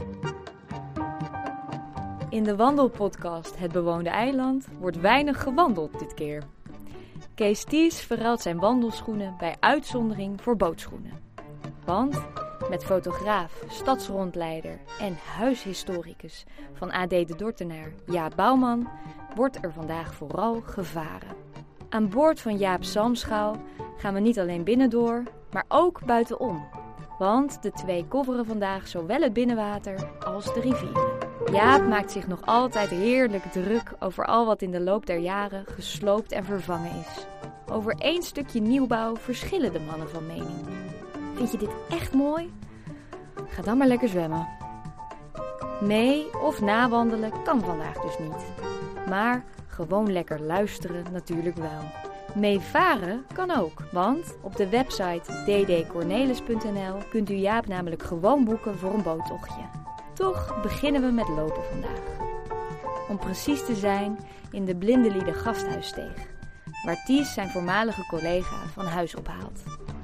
In de wandelpodcast Het Bewoonde Eiland wordt weinig gewandeld dit keer. Kees Ties verruilt zijn wandelschoenen bij uitzondering voor bootschoenen. Want met fotograaf, stadsrondleider en huishistoricus van AD de Dordtenaar Jaap Bouwman wordt er vandaag vooral gevaren. Aan boord van Jaap Zalmschaal gaan we niet alleen binnendoor, maar ook buitenom. Want de twee coveren vandaag zowel het binnenwater als de rivieren. Jaap maakt zich nog altijd heerlijk druk over al wat in de loop der jaren gesloopt en vervangen is. Over één stukje nieuwbouw verschillen de mannen van mening. Vind je dit echt mooi? Ga dan maar lekker zwemmen. Mee of nawandelen kan vandaag dus niet. Maar gewoon lekker luisteren natuurlijk wel. Meevaren kan ook, want op de website ddcornelis.nl kunt u Jaap namelijk gewoon boeken voor een boottochtje. Toch beginnen we met lopen vandaag. Om precies te zijn in de Blindelieden Gasthuissteeg, waar Ties zijn voormalige collega van huis ophaalt.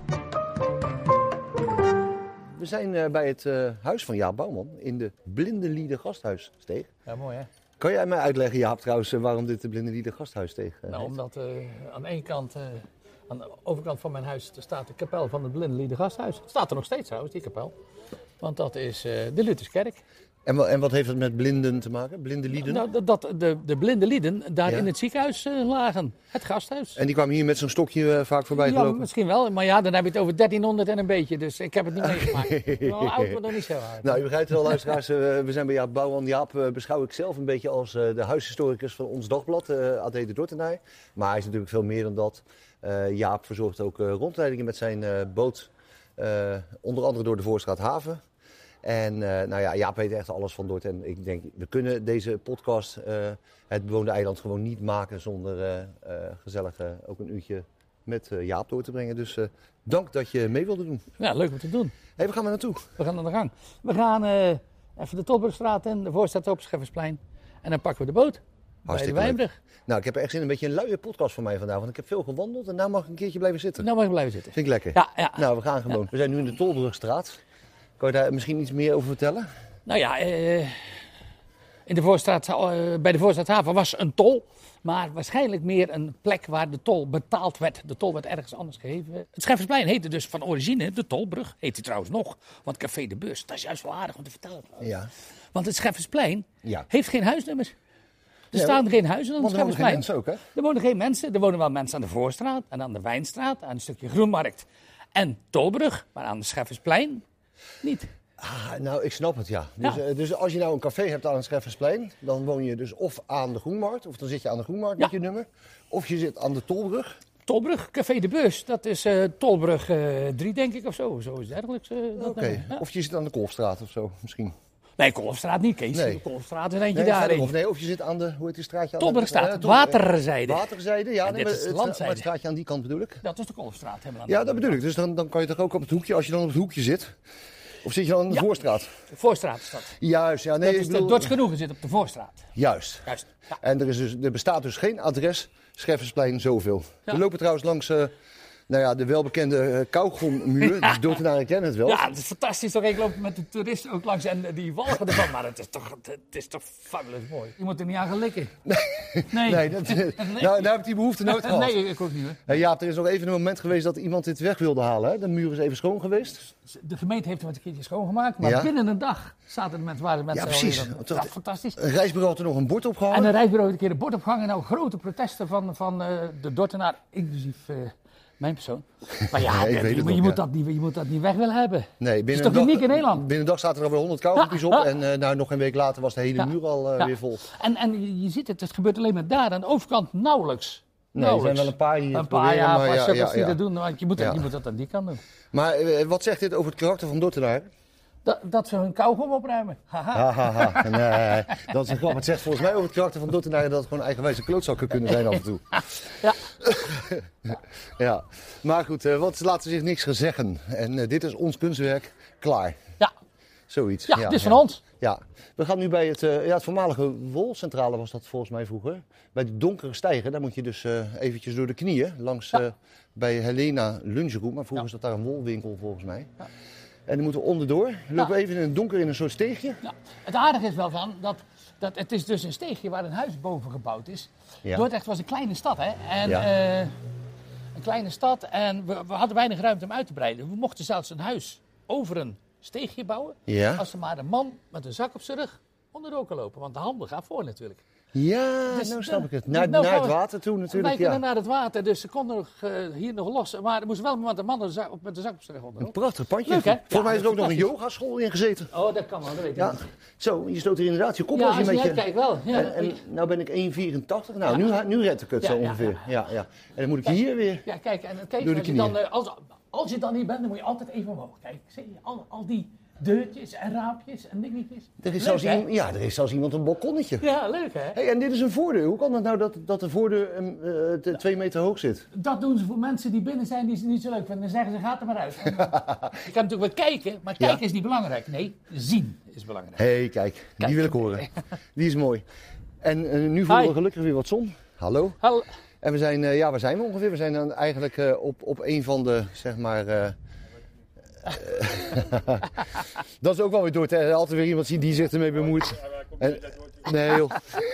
We zijn bij het huis van Jaap Bouwman in de Blindelieden Gasthuissteeg. Ja, mooi hè? Kan jij mij uitleggen, Jaap, trouwens, waarom dit de Blindelieden Gasthuissteeg Nou, heet? omdat aan één kant, aan de overkant van mijn huis, staat de kapel van het Blindelieden Gasthuis. Het staat er nog steeds trouwens, die kapel. Want dat is de Lutherskerk. En wat heeft het met blinden te maken? Blindelieden? Nou, de blinde lieden daar Ja. in het ziekenhuis lagen. Het gasthuis. En die kwamen hier met zo'n stokje vaak voorbij Ja, gelopen? misschien wel. Maar ja, dan heb je het over 1300 en een beetje. Dus ik heb het niet meegemaakt. Ik ben wel oud, maar nog niet zo oud. Nou, u begrijpt wel, luisteraars, we zijn bij Jaap Bouwman. Jaap beschouw ik zelf een beetje als de huishistoricus van ons dagblad, AD de Dordtenaar. Maar hij is natuurlijk veel meer dan dat. Jaap verzorgt ook rondleidingen met zijn boot, onder andere door de Voorstraat Haven. En nou ja, Jaap weet echt alles van Dort. En ik denk, we kunnen deze podcast, Het Bewoonde Eiland, gewoon niet maken zonder gezellig ook een uurtje met Jaap door te brengen. Dus dank dat je mee wilde doen. Ja, leuk om te doen. Hé, waar gaan we naartoe? We gaan aan de gang. We gaan even de Tolbrugstraat in, de Voorstraat op, Scheffersplein. En dan pakken we de boot. Bij de Wijnbrug. Nou, ik heb er echt zin in een beetje een luie podcast voor mij vandaag. Want ik heb veel gewandeld en nou mag ik een keertje blijven zitten. Nou mag ik blijven zitten. Vind ik lekker. Ja. Nou, we gaan gewoon. We zijn nu in de Tolbrugstraat. Kan je daar misschien iets meer over vertellen? Nou ja, in de Voorstraat, bij de Voorstraathaven was een tol. Maar waarschijnlijk meer een plek waar de tol betaald werd. De tol werd ergens anders gegeven. Het Scheffersplein heette dus van origine de Tolbrug. Heet hij trouwens nog. Want Café de Beurs, dat is juist wel aardig om te vertellen. Ja. Want het Scheffersplein Ja. heeft geen huisnummers. Er Nee, staan geen huizen aan het Want er wonen geen Scheffersplein. mensen ook, hè? Er wonen geen mensen. Er wonen wel mensen aan de Voorstraat en aan de Wijnstraat. Aan een stukje Groenmarkt en Tolbrug. Maar aan de Scheffersplein niet. Ah, nou, ik snap het, ja. Dus, Ja. dus als je nou een café hebt aan het Scheffersplein, dan woon je dus of aan de Groenmarkt, of dan zit je aan de Groenmarkt met Ja. je nummer, of je zit aan de Tolbrug. Tolbrug, Café de Beurs, dat is Tolbrug 3 denk ik of zo. Zo is dergelijks. Oké. Ja. Of je zit aan de Kolfstraat of zo, misschien. Nee, Kolfstraat niet, Kees. Nee. De Kolfstraat is eentje Nee, daarin. verderop. Nee, of je zit aan de, hoe heet die straatje? Aan Tolbrugstraat, de- Waterzijde. Waterzijde, ja. En Nee, dit maar is de maar landzijde. het straatje aan die kant bedoel ik. Dat is de Kolfstraat helemaal aan de Ja, dat andere bedoel ik. Dus dan kan je toch ook op het hoekje, als je dan op het hoekje zit. Of zit je dan aan de Ja. Voorstraat? kant. De Voorstraat is dat. Juist, ja. Nee, Dat ik is bedoel- de Dorts Genoegen zit op de Voorstraat. Juist. Juist. Ja. En er bestaat dus geen adres Scheffersplein zoveel. Ja. We lopen trouwens langs nou ja, de welbekende kauwgommuur. Ja. De Dordtenaren kennen het wel. Ja, het is fantastisch toch? Ik loop met de toeristen ook langs en die walgen ervan. Maar het is toch fabulous mooi. Je moet er niet aan gaan likken. Nee. Nee, nou, daar heb ik die behoefte nooit gehad. Nee, ik ook niet hoor. Hey, Jaap, er is nog even een moment geweest dat iemand dit weg wilde halen. Hè? De muur is even schoon geweest. De gemeente heeft hem een keertje schoongemaakt. Maar Ja. binnen een dag zaten waren mensen Ja, precies. alweer- Tot- Ja, fantastisch. Een reisbureau had er nog een bord opgehangen. En een reisbureau heeft een keer een bord opgehangen. Nou, grote protesten van de Dordtenaar, inclusief mijn persoon. Maar ja, Nee, ik weet het je, nog, moet ja. je moet dat niet weg willen hebben. Nee, is toch uniek in Nederland? Binnen een dag staat er alweer 100 kauwgompjes op. Ja. En nou, nog een week later was de hele Ja. muur al Ja. weer vol. En je ziet het gebeurt alleen maar daar. Aan de overkant nauwelijks. Nee, er zijn wel een paar hier Een te paar, proberen, ja, maar een paar ja, sukkels ja, die ja. dat doen. Want je moet Ja. dat aan die kant doen. Maar wat zegt dit over het karakter van Dordtenaar? Dat ze hun kauwgom opruimen. Haha. Ha, ha, ha. Nee, dat is een grap. Het zegt volgens mij over het karakter van Dordtenaar dat het gewoon eigenwijze klootzakken kunnen zijn af en toe. Ja. Ja, maar goed, want ze laten zich niks zeggen. En dit is ons kunstwerk, klaar. Ja. Zoiets. Ja, dit is van ons. Ja, we gaan nu bij het voormalige wolcentrale was dat volgens mij vroeger. Bij de donkere stijger, daar moet je dus eventjes door de knieën langs bij Helena Lunchroom. Maar vroeger Ja. zat daar een wolwinkel volgens mij. Ja. En dan moeten we onderdoor. Dan lopen we even in het donker in een soort steegje. Nou, het aardige is wel van dat het is dus een steegje waar een huis boven gebouwd is. Ja. Dordrecht was een kleine stad, hè? En, Ja. een kleine stad en we hadden weinig ruimte om uit te breiden. We mochten zelfs een huis over een steegje bouwen. Ja. Als er maar een man met een zak op zijn rug onderdoor kan lopen. Want de handel gaat voor natuurlijk. Ja, Dus nou de- snap ik het. nou Naar gaan het we- water toe Wij natuurlijk, kunnen ja. naar het water, dus ze konden hier nog los. Maar er moest wel met een man met een zak op zijn rug Een onderdoor. prachtig pandje. Leuk, hè? Volgens Ja, mij is er ook nog een fantastisch. yogaschool in gezeten. Oh, dat kan wel, dat weet ik Ja. niet. Zo, je stoot hier inderdaad je kop Ja, als je als je met je... uitkijkt wel. Ja. En nou ben ik 1,84. Nou, nu red ik het Ja, zo ja, ongeveer. ja. Ja. En dan moet ik hier weer... Ja, kijk, en kijk, Door de als je, dan, knieën. als je dan hier bent, dan moet je altijd even omhoog. Kijk, zie je al die deurtjes en raampjes en dingetjes. Er is, Leuk, zelfs hè? er is zelfs iemand een balkonnetje. Ja, leuk hè? Hey, en dit is een voordeur. Hoe kan dat nou dat de voordeur 2 meter hoog zit? Dat doen ze voor mensen die binnen zijn die ze niet zo leuk vinden. Dan zeggen ze, gaat er maar uit. Je kan natuurlijk wel kijken, maar kijken Ja. is niet belangrijk. Nee, zien is belangrijk. Hé, kijk, die wil ik horen. Die is mooi. En nu voelen we Hi. gelukkig weer wat zon. Hallo. Hallo. En we zijn, waar zijn we ongeveer? We zijn dan eigenlijk op een van de, zeg maar... dat is ook wel weer door. Altijd weer iemand zien die zich ermee bemoeit. Nee joh.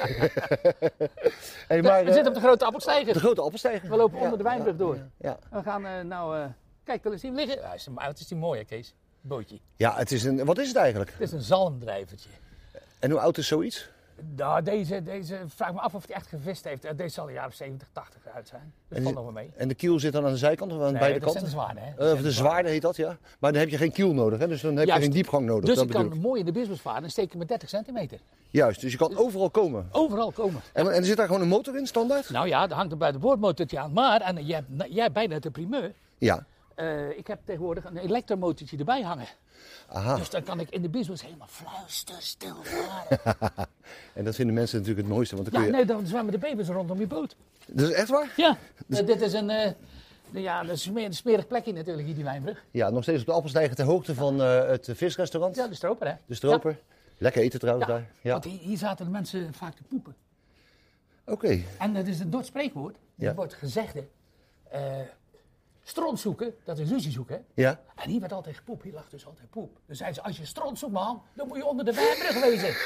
Hey, maar, We zitten op de grote appelstijger. de grote appelstijger. We lopen Ja, onder de Wijnbrug door. Ja. We gaan kijk, willen zien liggen. Ja, het is die mooi hè, Kees? Bootje. Ja, het is een... Wat is het eigenlijk? Het is een zalmdrijvertje. En hoe oud is zoiets? Nou, deze vraag me af of hij echt gevist heeft. Deze zal een jaar of 70, 80 uit zijn. Dat valt nog wel mee. En de kiel zit dan aan de zijkant of aan Nee, beide dat zijn kanten? de zwaarden, hè? De zwaarde heet dat, ja. Maar dan heb je geen kiel nodig, hè? Dus dan heb je Juist. geen diepgang nodig. Dus dat ik bedoel kan ik. mooi in de business varen en steken met 30 centimeter. Juist, dus je kan overal komen. Overal komen. En er zit daar gewoon een motor in, standaard? Nou ja, daar hangt er bij de boordmotortje aan. Maar, en jij hebt bijna de primeur. Ja. Ik heb tegenwoordig een elektromotortje erbij hangen. Aha. Dus dan kan ik in de business helemaal fluisterstil varen. En dat vinden mensen natuurlijk het mooiste, want dan Ja, kun je... nee, dan zwemmen de babys rondom je boot. Dat is echt waar? Ja, dit is een... dat is een smerig plekje natuurlijk hier, die Wijnbrug. Ja, nog steeds op de Appelstijger ter hoogte van het visrestaurant. Ja, de stroper, hè? De Stroper. Lekker eten trouwens Ja, daar. Ja. want hier zaten de mensen vaak te poepen. Oké. En dat is een Dords spreekwoord. Ja. Er wordt gezegd, stront zoeken, dat is ruzie zoeken. Hè? Ja. En hier werd altijd gepoept, hier lag dus altijd poep. Dus zeiden ze, als je stront zoekt, man, dan moet je onder de Wijnbrug wezen.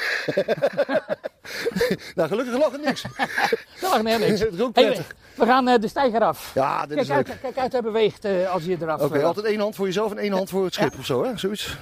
Nou, gelukkig lag er niks. Dat lag nergens niks. Het is ook Hey, prettig. we gaan de steiger af. Ja, dit is leuk. Kijk uit, hij beweegt als je eraf... Oké, altijd één hand voor jezelf en één hand voor het schip of zo, hè? Zoiets.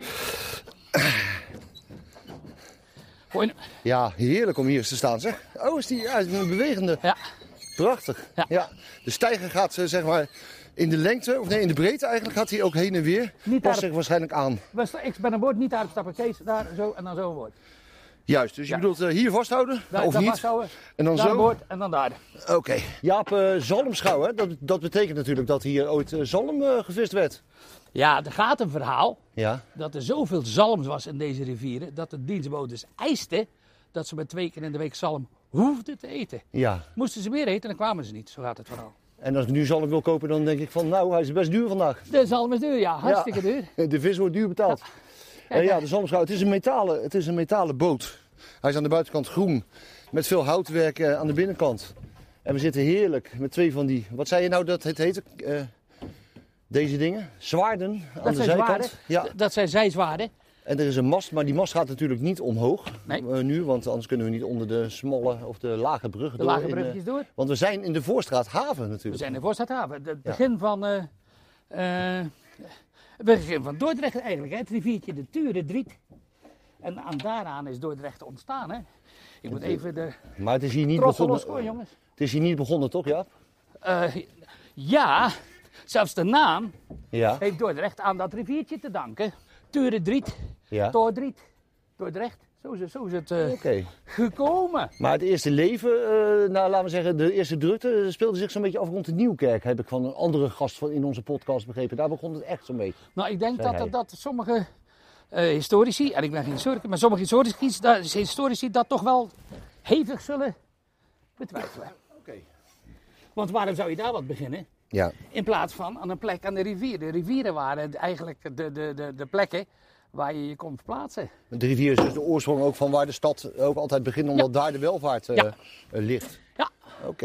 Gooi- Ja, heerlijk om hier eens te staan, zeg. Oh, is die ja, is een bewegende. Ja. Prachtig. Ja. Ja. De steiger gaat, zeg maar, in de lengte, of nee, in de breedte eigenlijk, gaat hij ook heen en weer. Niet Past daar- zich waarschijnlijk aan. Ik ben aan boord, niet daar op stappen. Kees, daar zo en dan zo aan boord. Juist, dus je Ja. bedoelt hier vasthouden, Daar, of daar niet? vasthouden, En dan daar aan zo? boord en dan daar. Oké. Jaap, zalmschouw, hè? Dat betekent natuurlijk dat hier ooit zalm gevist werd. Ja, er gaat een verhaal Ja. dat er zoveel zalm was in deze rivieren, dat de dienstbodes eisten dat ze maar 2 keer in de week zalm hoefden te eten. Ja. Moesten ze meer eten, dan kwamen ze niet. Zo gaat het verhaal. En als ik nu zalm wil kopen, dan denk ik van, nou, hij is best duur vandaag. De zalm is duur, ja. Hartstikke duur. De vis wordt duur betaald. Ja, de zalmschouw, het is een metalen boot. Hij is aan de buitenkant groen, met veel houtwerk aan de binnenkant. En we zitten heerlijk met 2 van die, wat zei je nou dat het heette? Deze dingen, zwaarden aan Dat de zijn zijkant. zwaarden. Ja. Dat zijn zijzwaarden. En er is een mast, maar die mast gaat natuurlijk niet omhoog Nee. nu, want anders kunnen we niet onder de smalle of de lage bruggen De door. lage bruggetjes door. Want we zijn in de Voorstraat haven We natuurlijk. zijn in Voorstadhaven. Het begin van... het begin van Dordrecht eigenlijk. Hè. Het riviertje de Turendriet. En daaraan is Dordrecht ontstaan. Hè. Ik moet even de Maar het is hier niet trossen begonnen. losgooien, jongens. Het is hier niet begonnen, toch, Jaap? Ja, zelfs de naam Ja. heeft Dordrecht aan dat riviertje te danken. Turendriet, Ja. Toordriet, Dordrecht. Zo is het Oké. gekomen. Maar het eerste leven, nou laten we zeggen, de eerste drukte speelde zich zo'n beetje af rond de Nieuwkerk. Heb ik van een andere gast in onze podcast begrepen. Daar begon het echt zo'n beetje. Nou, ik denk Zei hij. dat sommige historici, en ik ben geen historicus, maar sommige historici dat toch wel hevig zullen betwijfelen. Oké. Want waarom zou je daar wat beginnen? Ja. In plaats van aan een plek aan de rivier. De rivieren waren eigenlijk de plekken waar je je kon verplaatsen. De rivier is dus de oorsprong ook van waar de stad ook altijd begint, omdat daar de welvaart Ja. ligt. Ja. Oké.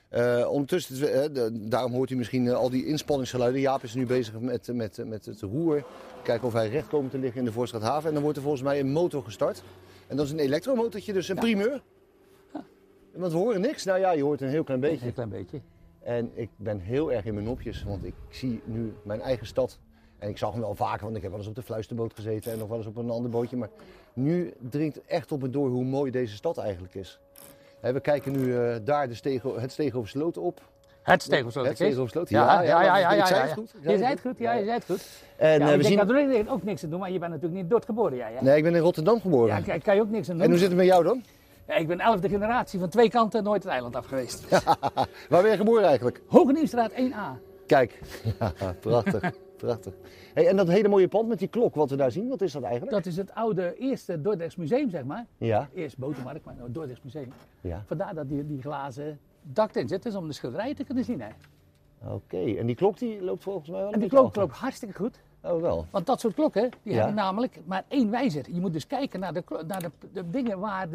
Ondertussen, daarom hoort u misschien al die inspanningsgeluiden. Jaap is nu bezig met het roer. Kijken of hij recht komt te liggen in de Voorstraathaven. En dan wordt er volgens mij een motor gestart. En dat is een elektromotortje, dus een primeur. Ja. Want we horen niks. Nou ja, je hoort een heel klein beetje. Een heel klein beetje. En ik ben heel erg in mijn nopjes, want ik zie nu mijn eigen stad. En ik zag hem wel vaker, want ik heb wel eens op de Fluisterboot gezeten en nog wel eens op een ander bootje. Maar nu dringt echt op me door hoe mooi deze stad eigenlijk is. We kijken nu daar het Steeghoofsloot op. Het Steeghoofsloot. Het Steeghoofsloot, ja. Ik zei het goed. Je zei het goed, ja, je zei het goed. En we zien... dat er ook niks te doen, maar je bent natuurlijk niet doodgeboren, jij. Hè? Nee, ik ben in Rotterdam geboren. Ja, kan je ook niks aan doen. En hoe zit het met jou dan? Ja, ik ben 11e generatie, van 2 kanten nooit het eiland af geweest. Waar ben je geboren eigenlijk? Hoge Nieuwstraat 1A. Kijk, prachtig, prachtig. Hey, en dat hele mooie pand met die klok, wat we daar zien, wat is dat eigenlijk? Dat is het oude eerste Dordrechts museum, zeg maar. Ja. Eerst Botermarkt, maar het Dordrechts museum. Ja. Vandaar dat die glazen dak in zit, dus om de schilderijen te kunnen zien. Hè. Oké, en die klok die loopt volgens mij wel En die klok loopt hartstikke goed. Oh, wel. Want dat soort klokken, die Ja. hebben namelijk maar 1 wijzer. Je moet dus kijken naar de dingen waar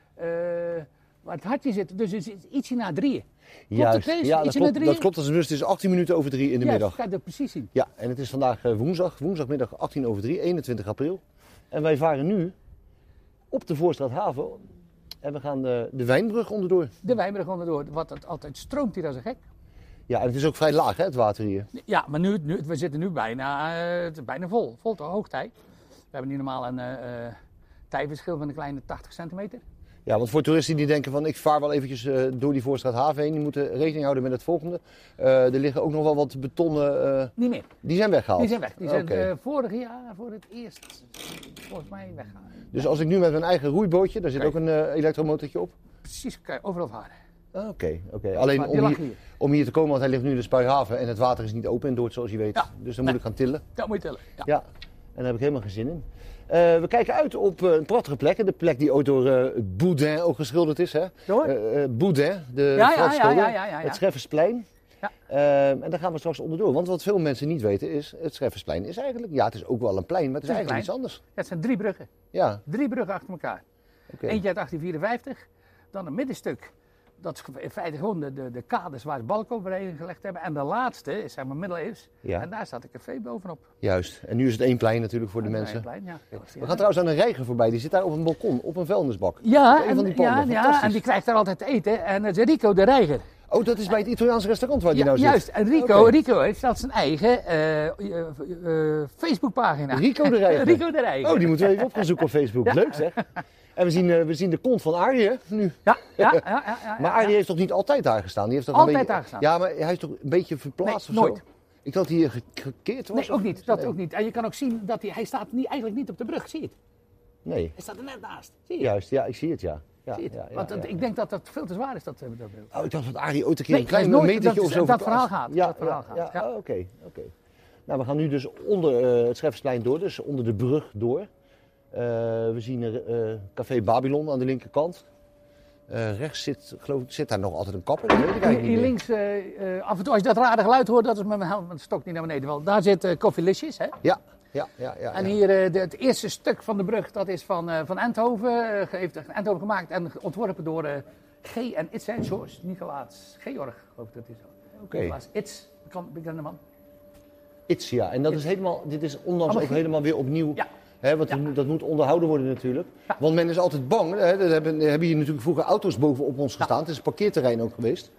het hartje zit. Dus het is ietsje na 3. Juist, het, Kees? ja, Ietsje dat na klopt. 3? Dat klopt. Dus het is 18 minuten over 3 in de middag. Kan je dat precies zien. Ja, en het is vandaag woensdagmiddag 18 over 3, 21 april. En wij varen nu op de Voorstraathaven en we gaan de Wijnbrug onderdoor. De Wijnbrug onderdoor, wat het altijd stroomt hier als een gek. Ja, en het is ook vrij laag, hè, het water hier. Ja, maar we zitten nu bijna vol te hoogtij. We hebben nu normaal een tijverschil van een kleine 80 centimeter. Ja, want voor toeristen die denken van ik vaar wel eventjes door die Voorstraathaven heen, die moeten rekening houden met het volgende. Er liggen ook nog wel wat betonnen... Niet meer. Die zijn weggehaald? Die zijn weg. Die zijn Oké. vorig jaar voor het eerst volgens mij weggehaald. Dus als ik nu met mijn eigen roeibootje, daar zit ook een elektromotortje op. Precies, kan je overal varen. Oké. Alleen Maar die lag hier. om hier te komen, want hij ligt nu in de Spuihaven en het water is niet open in Dordrecht zoals je weet. Ja. Dus dan moet ik gaan tillen. Dat moet je tellen. Ja. Ja, en daar heb ik helemaal geen zin in. We kijken uit op een prachtige plek. De plek die ook door Boudin ook geschilderd is. Hè? Door? Boudin, de Franse schilder. Het Scheffersplein. Ja. En daar gaan we straks onderdoor. Want wat veel mensen niet weten is, het Scheffersplein is eigenlijk... Ja, het is ook wel een plein, maar het is eigenlijk iets anders. Het zijn 3 bruggen. Ja. 3 bruggen achter elkaar. Oké. Eentje uit 1854. Dan een middenstuk. Dat is in feite gewoon de kaders waar ze balken overheen gelegd hebben. En de laatste is zeg maar middeleeuws. Ja. En daar staat een café bovenop. Juist. En nu is het één plein natuurlijk voor de mensen. Plein, ja. We gaan trouwens aan een reiger voorbij. Die zit daar op een balkon, op een vuilnisbak. Ja, Op een van die panden. ja, Fantastisch. en die krijgt daar altijd te eten. En dat is Rico de Reiger. Oh, dat is bij het Italiaanse restaurant waar die nou zit? Juist, en Rico heeft zelfs zijn eigen Facebookpagina. Rico de Reiger. Rico de Reiger. Oh, die moeten we even op gaan zoeken op Facebook. Ja. Leuk zeg. En we zien de kont van Arie hè, nu. Ja. Maar Arie heeft toch niet altijd daar gestaan? Die heeft toch Altijd een beetje... daar gestaan. Ja, maar hij is toch een beetje verplaatst Nee, of zo? nooit. Ik dacht dat hij gekeerd was. Nee, ook niet. Dat Nee. ook niet. En je kan ook zien dat hij staat eigenlijk niet op de brug. Zie je het? Nee, Hij staat er net naast. Zie je? juist. Ja, ik zie het, ja. Ja, Zie je het? ja, ja, Want ja. ik denk dat dat veel te zwaar is. Dat beeld. Oh, ik dacht dat Arie ooit een keer Nee, een klein hij is nooit- metertje of zo dat verplaatst. verhaal gaat. Ja, Dat verhaal gaat, ja. Oh, oké. Nou, we gaan nu dus onder het Scheffersplein door, dus onder de brug door. We zien Café Babylon aan de linkerkant. Rechts zit daar nog altijd een kapper, dat weet ik eigenlijk Hier niet meer. links, af en toe als je dat rare geluid hoort, dat is met mijn stok niet naar beneden valt. Daar zit Koffielisjes, hè? Ja. En hier het eerste stuk van de brug, dat is van Eindhoven. Heeft Eindhoven gemaakt en ontworpen door G. en Itz, hè, George Nicolaas Georg, geloof ik dat is. Oké. Nicolaas Itz, bekende man. Iets, ja. En dat is helemaal, dit is onlangs Allemaal ook helemaal weer opnieuw. Ja. Hè, want dat moet onderhouden worden natuurlijk. Ja. Want men is altijd bang. Hè, er hebben hier natuurlijk vroeger auto's bovenop ons gestaan. Het is een parkeerterrein ook geweest.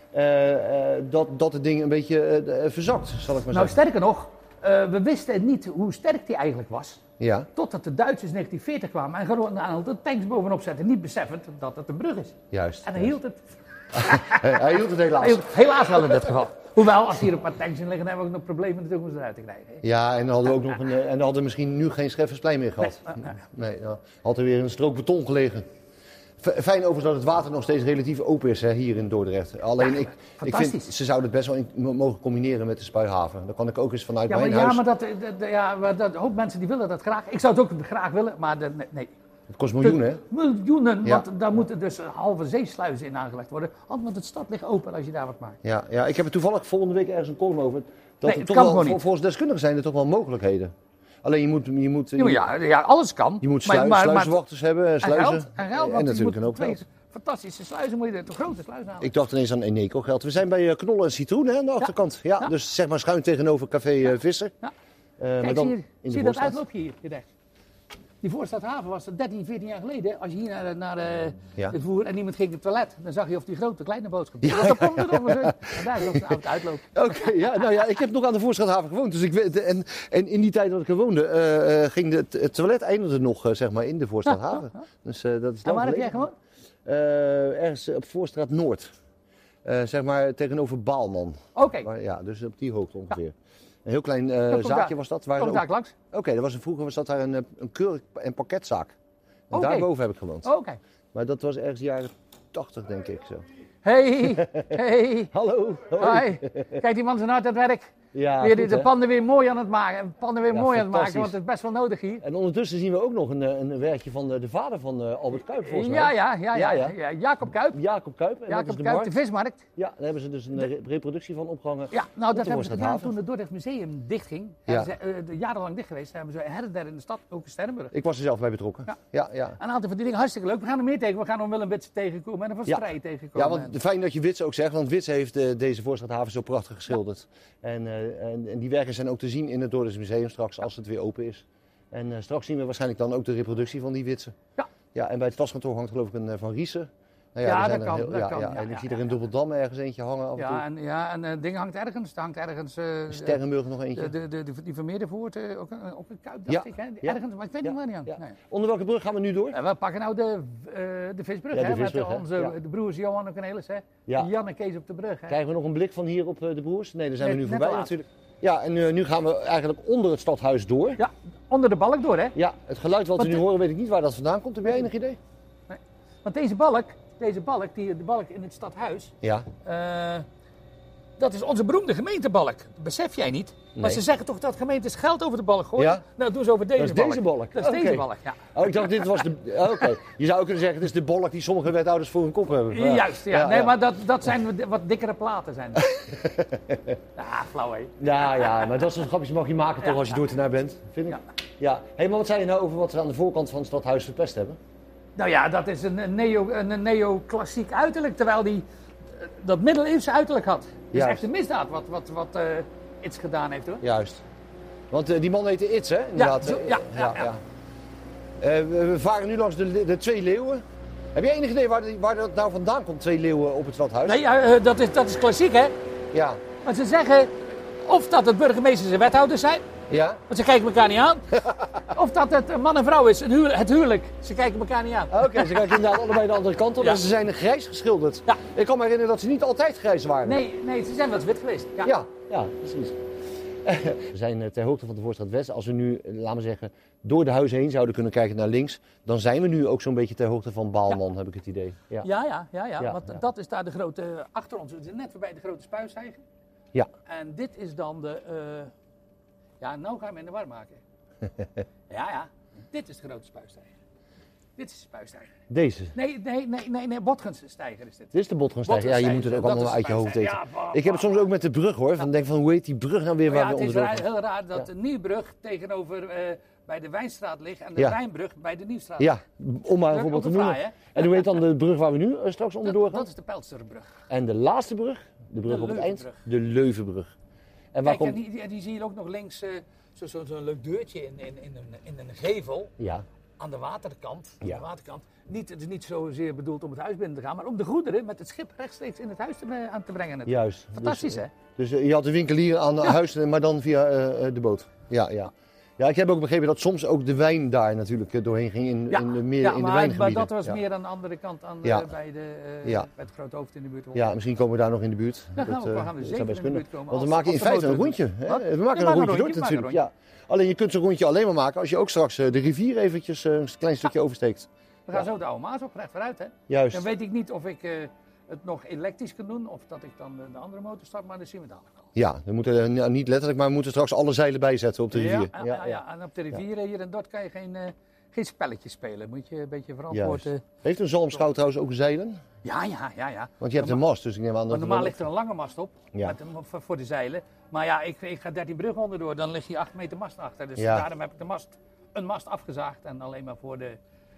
Dat het ding een beetje verzakt, zal ik maar Nou, zeggen. sterker nog, we wisten niet hoe sterk die eigenlijk was. Ja, Totdat de Duitsers in 1940 kwamen en gewoon een aantal tanks bovenop zetten. Niet beseffend dat het een brug is. juist. En hij hield het. Hij hield het helaas. Hij hield het helaas wel in dit geval. Hoewel, als hier een paar tanks in liggen, hebben we ook nog problemen natuurlijk om ze eruit te krijgen. Hè. Ja, en dan hadden we ook nog en dan hadden we misschien nu geen Scheffersplein meer gehad. Nee, dan had er weer een strook beton gelegen. Fijn overigens dat het water nog steeds relatief open is hè, hier in Dordrecht. Alleen ik vind, fantastisch. ze zouden het best wel mogen combineren met de Spuihaven. Dan kan ik ook eens vanuit Ja, mijn maar, huis. maar een hoop mensen die willen dat graag. Ik zou het ook graag willen, maar nee. Het kost miljoenen, hè? Miljoenen, Ja. want daar moeten dus halve zeesluizen in aangelegd worden. Want de stad ligt open als je daar wat maakt. Ja, ik heb er toevallig volgende week ergens een column over. Dat Nee, er het toch kan wel, gewoon niet. volgens deskundigen zijn er toch wel mogelijkheden. Alleen je moet Ja, alles kan. je moet maar sluizenwachters hebben, sluizen. en geld, want en natuurlijk je een hoop moet geld. fantastische sluizen, moet je de grote sluizen halen. Ik dacht ineens aan Eneco geld. We zijn bij Knollen en Citroen hè, aan de achterkant. Ja, dus zeg maar schuin tegenover Café Visser. Ja. Maar Kijk, dan zie in je de dat voorstad. uitloopje hier rechts? Die Voorstadhaven was er 13, 14 jaar geleden. Als je hier naar het voer en iemand ging het toilet, dan zag je of die grote kleine boodschap. Ja. Dat komt er nog eens uit. En daar is ook de oude uitloop. Oké, ja, nou ja, ik heb nog aan de Voorstadhaven gewoond. Dus ik weet, en in die tijd dat ik er woonde, ging het toilet eindigde nog zeg maar in de Voorstadhaven. Ja. Dus dat is En waar heb geleden. jij gewoond? Ergens op Voorstraat Noord. Zeg maar tegenover Baalman. Oké, Maar, ja, dus op die hoogte ongeveer. Een heel klein kom zaakje daar. was dat. Waar kom ook- daar langs. Oké, vroeger was dat daar een kurk- en pakketzaak. En Oké. daarboven heb ik gewoond. Oké. Maar dat was ergens jaren 80 denk ik zo. Hey. Hallo. Hoi. Kijk, die man zijn hard aan het werk. Ja, Weer goed, de hè? panden weer mooi aan het maken. Panden weer Ja, mooi aan het maken, fantastisch. want het is best wel nodig hier. En ondertussen zien we ook nog een werkje van de vader van Albert Kuip volgens mij. Ja. Jacob Kuip. Jacob Kuip. En dat is Jacob de Kuip, markt. de vismarkt. Ja, daar hebben ze dus een reproductie van opgehangen. Ja, nou Op dat de hebben ze gedaan Voorstadhaven. toen het Dordrecht Museum dichtging. Ja. Jarenlang dicht geweest. Hebben ze her en der in de stad, ook in Sterrenburg. Ik was er zelf bij betrokken. Ja. Ja. Een aantal van die dingen hartstikke leuk. We gaan er meer tegen. We gaan nog wel een Witse tegenkomen en een Van Ja. Strijd tegenkomen. Ja, want fijn dat je Witse ook zegt, want Witse heeft deze Voorstadhaven zo prachtig geschilderd. En die werken zijn ook te zien in het Dordrechts Museum straks, als het weer open is. En straks zien we waarschijnlijk dan ook de reproductie van die Witse. Ja. Ja, en bij het stadskantoor hangt geloof ik een Van Riesen. Nou Ja, er dat zijn er kan, heel- dat ja, kan. ja. Ja, En ik ja, zie er ja. in Dubbeldam ergens eentje hangen af en toe. En het ding hangt ergens. Er hangt ergens Sterrenburg nog eentje. die van Meerdervoort, ook een kuip, Ja. dacht ik. Hè? Ja. Ergens, maar ik weet niet waar die hangt. Ja. Nee. Onder welke brug gaan we nu door? En we pakken nou de visbrug, Ja, de hè? visbrug, hè? Met onze Ja. de broers Johan en Cornelis, hè? Ja. Jan en Kees op de brug, hè? Krijgen we nog een blik van hier op de broers? Nee, daar zijn we Net- nu net voorbij te laat. natuurlijk. Ja, en nu gaan we eigenlijk onder het stadhuis door. Ja, onder de balk door, hè? Ja, het geluid wat we Wat nu de- horen weet ik niet waar dat vandaan komt. Heb jij enig idee? Want deze balk, de balk in het stadhuis, Ja. dat is onze beroemde gemeentebalk. Dat besef jij niet. Maar Nee. ze zeggen toch dat gemeentes geld over de balk gooien? Ja. Nou, dat doen ze over deze Dat is balk. deze balk? Dat is Oké. deze balk, ja. Oh, ik dacht dit was de... Oké. Je zou ook kunnen zeggen, het is de bolk die sommige wethouders voor hun kop hebben. Juist, ja. Nee, maar dat zijn wat dikkere platen zijn. Ja, flauw hè. Ja, maar dat soort grapjes mag je maken toch als je Dordtenaar bent, vind ik. Ja. Ja. Hé, maar wat zei je nou over wat ze aan de voorkant van het stadhuis verpest hebben? Nou ja, dat is een neoclassiek uiterlijk, terwijl die dat middeleeuwse uiterlijk had. Het is Juist. echt een misdaad wat iets gedaan heeft hoor. Juist. Want die man heette Itz, hè? Inderdaad. zo- ja. We varen nu langs de twee leeuwen. Heb jij enig idee waar dat nou vandaan komt, twee leeuwen op het stadhuis? Nee, dat is klassiek hè. Ja. Maar ze zeggen of dat het burgemeesters en wethouders zijn, Ja? want ze kijken elkaar niet aan. Of dat het een man en vrouw is, het huwelijk. Ze kijken elkaar niet aan. Oké, ze kijken inderdaad allebei de andere kant op Ja. en ze zijn grijs geschilderd. Ja. Ik kan me herinneren dat ze niet altijd grijs waren. Nee, ze zijn wel eens wit geweest. Ja, precies. We zijn ter hoogte van de Voorstraat West. Als we nu, laten we zeggen, door de huizen heen zouden kunnen kijken naar links, dan zijn we nu ook zo'n beetje ter hoogte van Baalman, heb ik het idee. Ja. Ja, want ja. dat is daar de grote, achter ons, het is net voorbij de grote spuistijger. Ja. En dit is dan de, nou gaan we in de war maken. ja, dit is de grote spuistijger. Dit is de spuistijger. Deze. Nee, Botgenstijger is dit. Dit is de Botgenstijger. Ja, je moet het ook Dat allemaal is uit je hoofd weten. spuistijger. Ja, Ik heb het soms ook met de brug hoor. Van denk van hoe heet die brug nou weer waar Ja, we het is onderdoor gaan? heel raar dat de Nieuwbrug tegenover bij de Wijnstraat ligt en de Ja. Wijnbrug bij de Nieuwstraat. Ja, om maar een voorbeeld te ook noemen. fraai, En hoe heet dan de brug waar we nu straks onderdoor gaan? Dat is de Pijlsterbrug. En de laatste brug, de brug De op het eind, Leuvenbrug. de Leuvenbrug. En waar Kijk, komt... en die zie je ook nog links, zo'n leuk deurtje in een gevel. Ja, Aan de waterkant. Ja. Aan de waterkant. Het is niet zozeer bedoeld om het huis binnen te gaan, maar om de goederen met het schip rechtstreeks in het huis aan te brengen. juist. Fantastisch hè? Dus je had de winkelier aan huis, maar dan via de boot. Ja. Ja, ik heb ook begrepen dat soms ook de wijn daar natuurlijk doorheen ging in de maar wijngebieden. dat was Ja. meer aan de andere kant, Ja. bij Ja. het grote hoofd in de buurt. Ja, misschien komen we daar nog in de buurt. Ja, Dat, we gaan dat zeker zou in best de kunnen. buurt komen. Want we als- maken in als de feite een motor- rondje. Hè? Wat? We maken een rondje door we maken natuurlijk. een Ja. Alleen je kunt zo'n rondje alleen maar maken als je ook straks de rivier eventjes een klein stukje oversteekt. We gaan zo de oude Maas op, recht vooruit hè. Juist. Dan weet ik niet of ik het nog elektrisch kan doen of dat ik dan de andere motor start, maar dat zien we dadelijk al. Ja, we moeten niet letterlijk, maar we moeten straks alle zeilen bijzetten op de rivier. Ja. En op de rivieren hier in Dort kan je geen spelletjes spelen. Moet je een beetje verantwoord. Juist. Heeft een zalmschouw trouwens ook zeilen? Ja. Want je hebt een mast, dus ik neem aan dat... Want normaal ligt er een lange mast op Ja. voor de zeilen. Maar ja, ik ga 13 bruggen onderdoor, dan ligt hier 8 meter mast achter. Dus Ja. daarom heb ik een mast afgezaagd en alleen maar voor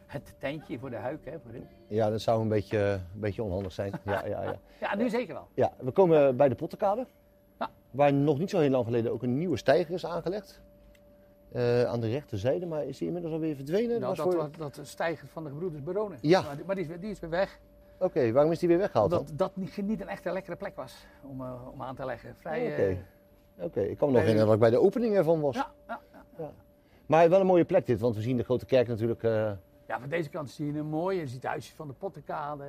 Het tentje voor de huik, hè, voorin. Ja, dat zou een beetje onhandig zijn. Ja. Ja, nu zeker wel. Ja, we komen bij de Pottenkade. Ja. Waar nog niet zo heel lang geleden ook een nieuwe steiger is aangelegd. Aan de rechterzijde, maar is die inmiddels alweer verdwenen? Nou, dat steiger van de gebroeders Baronen. Ja. Maar die is weer weg. Oké, waarom is die weer weggehaald dan? Omdat dat niet een echte lekkere plek was om aan te leggen. Oké, ik kan me nog herinneren dat ik bij de opening ervan was. Ja. Maar wel een mooie plek dit, want we zien de grote kerk natuurlijk. Ja, van deze kant zie je een mooie. Je ziet het huisje van de Pottenkade.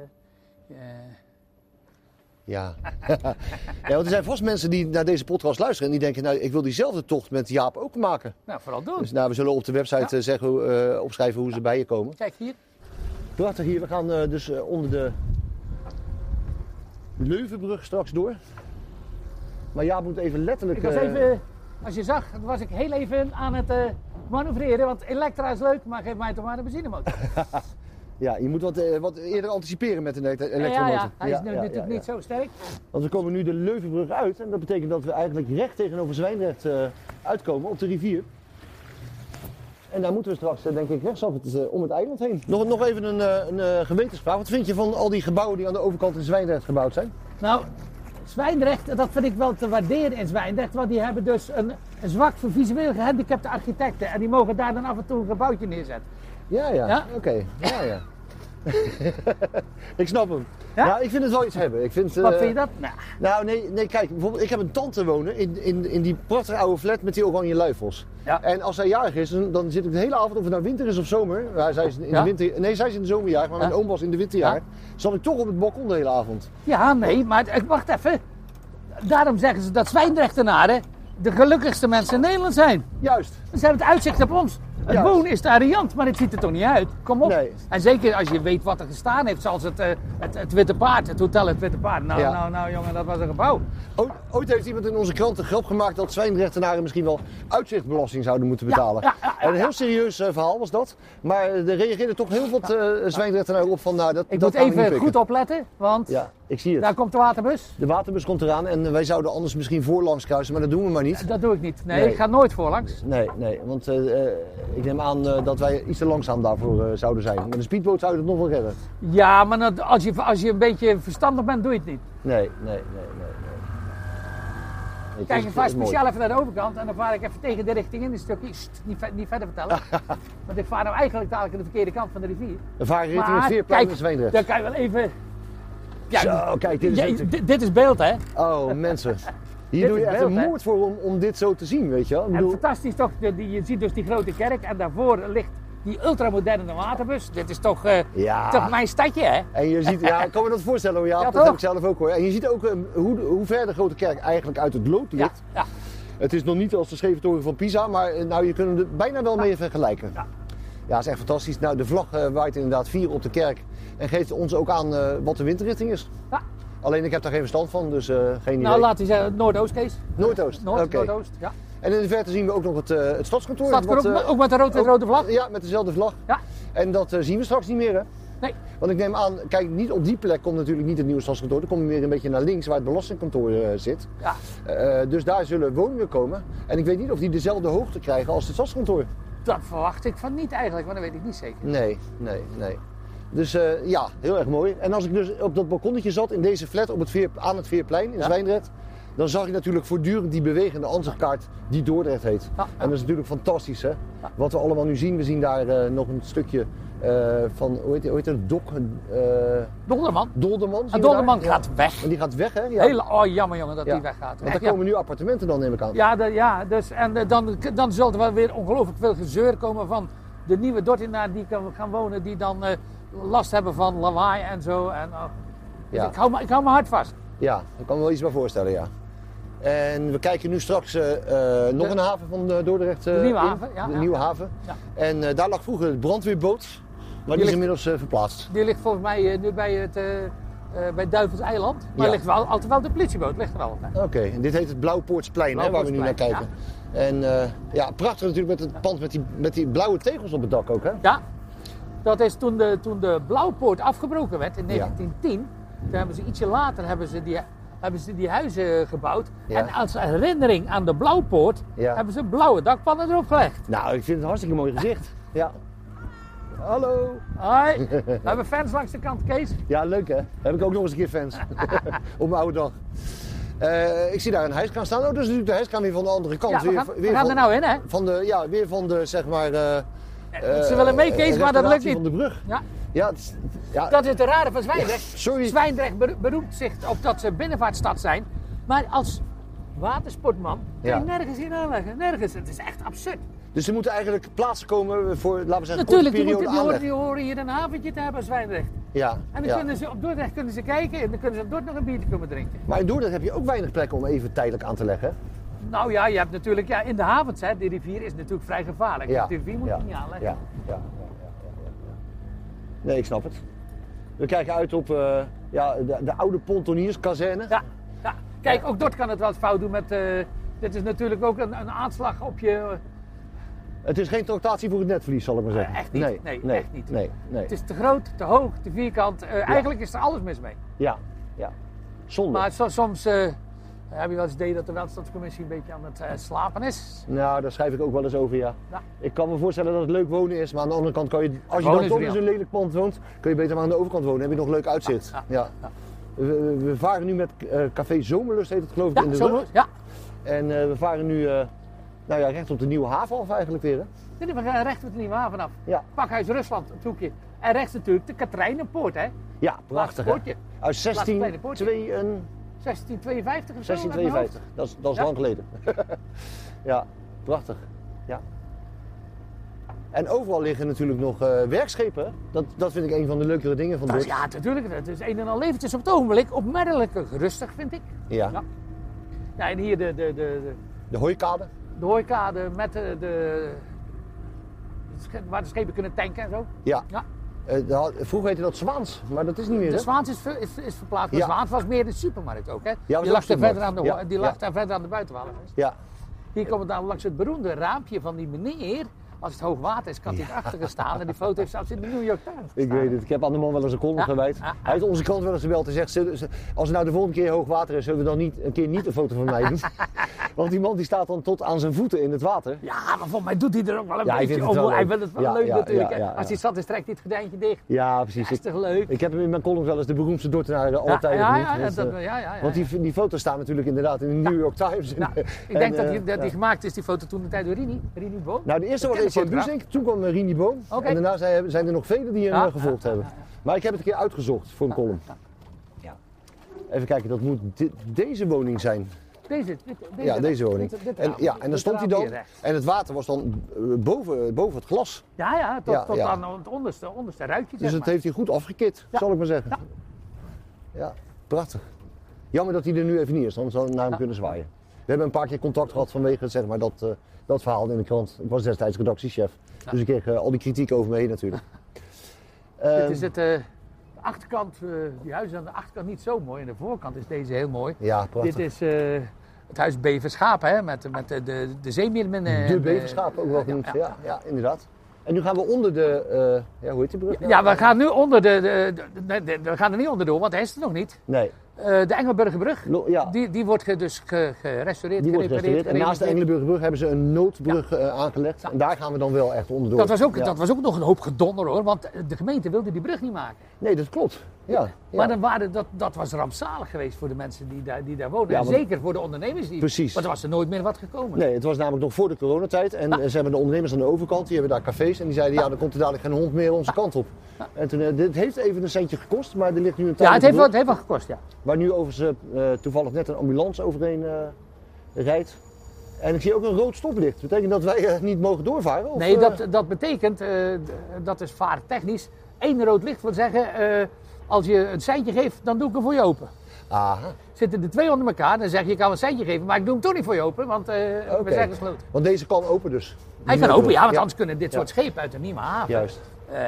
Ja. Ja, want er zijn vast mensen die naar deze podcast luisteren en die denken, nou, ik wil diezelfde tocht met Jaap ook maken. Nou, vooral doen. Dus we zullen op de website opschrijven hoe ze bij je komen. Kijk hier. Prachtig hier, we gaan dus onder de Leuvenbrug straks door. Maar Jaap moet even letterlijk... Ik was even, als je zag, was ik heel even aan het manoeuvreren, want Elektra is leuk, maar geef mij toch maar een benzinemotor. Ja, je moet wat eerder anticiperen met een elektromotor. Ja, hij is nu natuurlijk niet zo sterk. Want we komen nu de Leuvenbrug uit en dat betekent dat we eigenlijk recht tegenover Zwijndrecht uitkomen op de rivier. En daar moeten we straks, denk ik, rechtsaf om het eiland heen. Nog even een gewetensvraag. Wat vind je van al die gebouwen die aan de overkant in Zwijndrecht gebouwd zijn? Nou, Zwijndrecht, dat vind ik wel te waarderen in Zwijndrecht, want die hebben dus een zwak voor visueel gehandicapte architecten. En die mogen daar dan af en toe een gebouwtje neerzetten. Ja? Oké. Ja. Ik snap hem. Ja? Nou, ik vind het wel iets hebben. Wat vind je dat? Nou, nee, kijk, bijvoorbeeld, ik heb een tante wonen in die prachtige oude flat met die oranje luifels. Ja. En als zij jarig is, dan zit ik de hele avond, of het nou winter is of zomer. Ja, zij is in de winter, nee, zij is in de zomerjaar, maar mijn oom was in de winterjaar. Zat ik toch op het balkon de hele avond. Ja, nee, maar wacht even. Daarom zeggen ze dat Zwijndrechtenaren de gelukkigste mensen in Nederland zijn. Juist. Ze hebben het uitzicht op ons. Het Juist. wonen is daar riant, maar het ziet er toch niet uit? Kom op. Nee. En zeker als je weet wat er gestaan heeft, zoals het Witte Paard, het hotel Het Witte Paard. Nou jongen, dat was een gebouw. Ooit heeft iemand in onze krant een grap gemaakt dat Zwijndrechtenaren misschien wel uitzichtbelasting zouden moeten betalen. Ja. En een heel serieus verhaal was dat. Maar er reageerden toch heel wat Zwijndrechtenaren op van, nou, dat Ik dat moet gaan we niet even pikken. goed opletten, want Ja, ik zie het. daar komt de waterbus. De waterbus komt eraan en wij zouden anders misschien voorlangs kruisen, maar dat doen we maar niet. Dat doe ik niet. Nee, Nee. ik ga nooit voorlangs. Nee, want ik neem aan dat wij iets te langzaam daarvoor zouden zijn. Met een speedboot zou je het nog wel redden. Ja, maar als je een beetje verstandig bent, doe je het niet. Nee. Kijk, ik vaar speciaal even naar de overkant en dan vaar ik even tegen de richting in een stukje. Niet verder vertellen. Want ik vaar nou eigenlijk dadelijk aan de verkeerde kant van de rivier. We varen richting het Veerplein in Zwijndrecht. Dan kan je wel even... Ja, Zo, kijk, dit is dit is beeld, hè? Oh, mensen. Hier Dit doe je is echt beeld, een hè? moord voor om dit zo te zien, weet je wel. Ik En bedoel, fantastisch toch, je ziet dus die grote kerk en daarvoor ligt die ultramoderne waterbus. Dit is toch mijn stadje, hè? en je ziet, ja, ik kan me dat voorstellen hoor, ja, dat toch? heb ik zelf ook hoor. En je ziet ook hoe ver de grote kerk eigenlijk uit het lood ligt. Ja. Het is nog niet als de Scheventoren van Pisa, maar nou, je kunt hem er bijna wel mee vergelijken. Ja. Ja, dat is echt fantastisch. Nou, de vlag waait inderdaad 4 op de kerk en geeft ons ook aan wat de windrichting is. Ja. Alleen ik heb daar geen verstand van, dus geen idee. Nou, laat hij zeggen, Noordoost, Kees. Noordoost. Oké. Noordoost, ja. En in de verte zien we ook nog het stadskantoor. Ook met de rode vlag? Ja, met dezelfde vlag. Ja. En dat zien we straks niet meer, hè? Nee. Want ik neem aan, kijk, niet op die plek komt natuurlijk niet het nieuwe stadskantoor. Dan kom je weer een beetje naar links waar het belastingkantoor zit. Ja. Dus daar zullen woningen komen. En ik weet niet of die dezelfde hoogte krijgen als het stadskantoor. Dat verwacht ik van niet eigenlijk, maar dat weet ik niet zeker. Nee. Dus ja, heel erg mooi. En als ik dus op dat balkonnetje zat in deze flat aan het Veerplein in Zwijndrecht, dan zag je natuurlijk voortdurend die bewegende ansichtkaart die Dordrecht heet. Ja. En dat is natuurlijk fantastisch, hè? Ja. Wat we allemaal nu zien. We zien daar nog een stukje van, hoe heet het? Dolderman. Dolderman. En Dolderman gaat weg. En die gaat weg, hè? Ja. Jammer jongen dat die weggaat. Want daar komen nu appartementen dan, neem ik aan. Dus, en dan zult er wel weer ongelooflijk veel gezeur komen van de nieuwe Dordtenaar die gaan wonen, die dan last hebben van lawaai en zo. En, dus ik hou mijn hart vast. Ja, ik kan me wel iets bij voorstellen, ja. En we kijken nu straks nog een haven van Dordrecht de nieuwe haven, de nieuwe haven. Ja. En daar lag vroeger de brandweerboot, maar die is inmiddels verplaatst. Die ligt volgens mij nu bij Duivels Eiland. Maar er ligt wel altijd wel de politieboot, ligt er altijd. Oké, en dit heet het Blauwpoortsplein, hè, waar we nu naar kijken. Ja. En prachtig natuurlijk met het pand met die blauwe tegels op het dak ook, hè? Ja, dat is toen de Blauwpoort afgebroken werd in 1910. Toen hebben ze ietsje later hebben ze die huizen gebouwd. Ja. En als herinnering aan de Blauwpoort hebben ze blauwe dakpannen erop gelegd. Nou, ik vind het een hartstikke mooi gezicht. Ja. Hallo. Hoi. We hebben fans langs de kant, Kees. Ja, leuk hè? Heb ik ook nog eens een keer fans. Op mijn oude dag. Ik zie daar een hijskraan staan. Oh, dat is natuurlijk de hijskraan weer van de andere kant. Ja, we gaan er nou in, hè? Weer van de, zeg maar... Ze willen mee, Kees, maar dat lukt niet. Van de brug. Ja. Ja, Dat is het rare van Zwijndrecht. sorry. Zwijndrecht beroept zich op dat ze binnenvaartstad zijn. Maar als watersportman kun je nergens hier aanleggen. Nergens. Het is echt absurd. Dus er moeten eigenlijk plaatsen komen voor, laten we zeggen, Natuurlijk, korte periode aanleg. die horen hier een haventje te hebben, Zwijndrecht. Ja, En dan kunnen ze op Dordrecht kunnen ze kijken en dan kunnen ze op Dordrecht nog een biertje komen drinken. Maar in Dordrecht heb je ook weinig plekken om even tijdelijk aan te leggen. Nou ja, je hebt natuurlijk, in de havens, hè, die rivier is natuurlijk vrij gevaarlijk. Ja. Dus de rivier moet je niet aanleggen. Ja. Nee, ik snap het. We kijken uit op de oude pontonierskazerne. Ja. Kijk, ook Dort kan het wel eens fout doen met... dit is natuurlijk ook een aanslag op je... Het is geen tractatie voor het netverlies, zal ik maar zeggen. Echt niet. Nee, echt niet. Nee. Het is te groot, te hoog, te vierkant. Eigenlijk is er alles mis mee. Ja. Zonde. Maar soms heb je wel eens het idee dat de welstandscommissie een beetje aan het slapen is. Nou, daar schrijf ik ook wel eens over, ja. Ik kan me voorstellen dat het leuk wonen is, maar aan de andere kant kan je... Als je dan toch in zo'n lelijk pand woont, kun je beter maar aan de overkant wonen. Dan heb je nog leuk uitzicht. Ja. We varen nu met Café Zomerlust, heet het geloof ik, in de rug. Ja. En we varen nu recht op de Nieuwe Haven af eigenlijk weer, hè? Nee, we gaan recht op de Nieuwe Haven af. Ja. Pakhuis Rusland, het hoekje. En rechts natuurlijk de Katrijnenpoort, hè? Ja, prachtig, hè? Poortje. Uit 1652 of zo? 1652, dat is lang geleden. Ja, prachtig. Ja. En overal liggen natuurlijk nog werkschepen. Hè? Dat vind ik een van de leukere dingen van Dort. Ja, natuurlijk. Het is een en al leventjes op het ogenblik. Opmerkelijk rustig, vind ik. Ja. Ja, en hier de hooikade. De hooikade met waar de schepen kunnen tanken en zo. Ja. Vroeger heette dat Zwaans, maar dat is niet meer. De hè? Zwaans is verplaatst. De Zwaans was meer de supermarkt ook, hè? Ja, die lag daar supermarkt. verder aan de buitenwal. Ja. Hier komt het dan langs het beroemde raampje van die meneer. Als het hoog water is, kan hij erachter staan. En die foto heeft zelfs in de New York Times gestaan. Ik weet het. Ik heb aan de man wel eens een column gewijd. Hij heeft onze krant wel eens gebeld en zegt... Als er nou de volgende keer hoog water is, zullen we dan niet een foto van mij doen? Want die man die staat dan tot aan zijn voeten in het water. Ja, maar volgens mij doet hij er ook wel een beetje over. Hij wil het wel leuk natuurlijk. Ja. Als hij zat is, trekt hij het gordijntje dicht. Ja, precies. Dat is toch leuk? Ik heb hem in mijn column wel eens de beroemdste Dordtenaar altijd genoemd. Want die foto's staan natuurlijk inderdaad in de New York Times. Ik denk dat die gemaakt is, die foto toen de tijd door Rini Boom. Nou, de eerste was Etienne Bussink, toen kwam Rini Boom. En daarna zijn er nog velen die hem gevolgd hebben. Maar ik heb het een keer uitgezocht voor een column. Ja. Even kijken, dat moet deze woning zijn. Deze woning. En dan stond hij dan. En het water was dan boven het glas. Tot aan het onderste ruitje. Dus dat heeft hij goed afgekit, zal ik maar zeggen. Ja, prachtig. Jammer dat hij er nu even niet is, dan zou hij naar hem kunnen zwaaien. We hebben een paar keer contact gehad vanwege zeg maar, dat verhaal in de krant. Ik was destijds redactiechef, dus ik kreeg al die kritiek over me heen natuurlijk. Dit is de achterkant, die huizen aan de achterkant niet zo mooi. En de voorkant is deze heel mooi. Ja, prachtig. Dit is het huis Beverschapen, hè, met de zeemeermin. De Beverschapen ook wel genoemd, ja, inderdaad. En nu gaan we onder de, hoe heet die brug? Ja, we gaan nu onder we gaan er niet onderdoor, want hij is er nog niet. Nee. De Engelburgerbrug, ja. die wordt dus gerestaureerd, die wordt gerestaureerd. En naast de Engelburgerbrug hebben ze een noodbrug aangelegd. Ja. En daar gaan we dan wel echt onderdoor. Dat was ook nog een hoop gedonder hoor, want de gemeente wilde die brug niet maken. Nee, dat klopt. Ja. Maar dat was rampzalig geweest voor de mensen die daar wonen. En zeker voor de ondernemers. Precies. Want er was er nooit meer wat gekomen. Nee, het was namelijk nog voor de coronatijd. En ze hebben de ondernemers aan de overkant, die hebben daar cafés. En die zeiden, dan komt er dadelijk geen hond meer onze kant op. En toen, dit heeft even een centje gekost, maar er ligt nu een tijd. Ja, het heeft wel gekost, ja. Waar nu overigens toevallig net een ambulance overheen rijdt. En ik zie ook een rood stoplicht. Betekent dat wij niet mogen doorvaren? Of, nee, dat betekent, dat is vaarttechnisch. 1 rood licht wil zeggen, als je een seintje geeft, dan doe ik hem voor je open. Aha. Zitten de twee onder elkaar, dan zeg je, je kan een seintje geven, maar ik doe hem toch niet voor je open, want we zijn gesloten. Want deze kan open dus? Hij kan open, ja, want anders kunnen dit soort schepen uit de Nieuwe Haven Juist.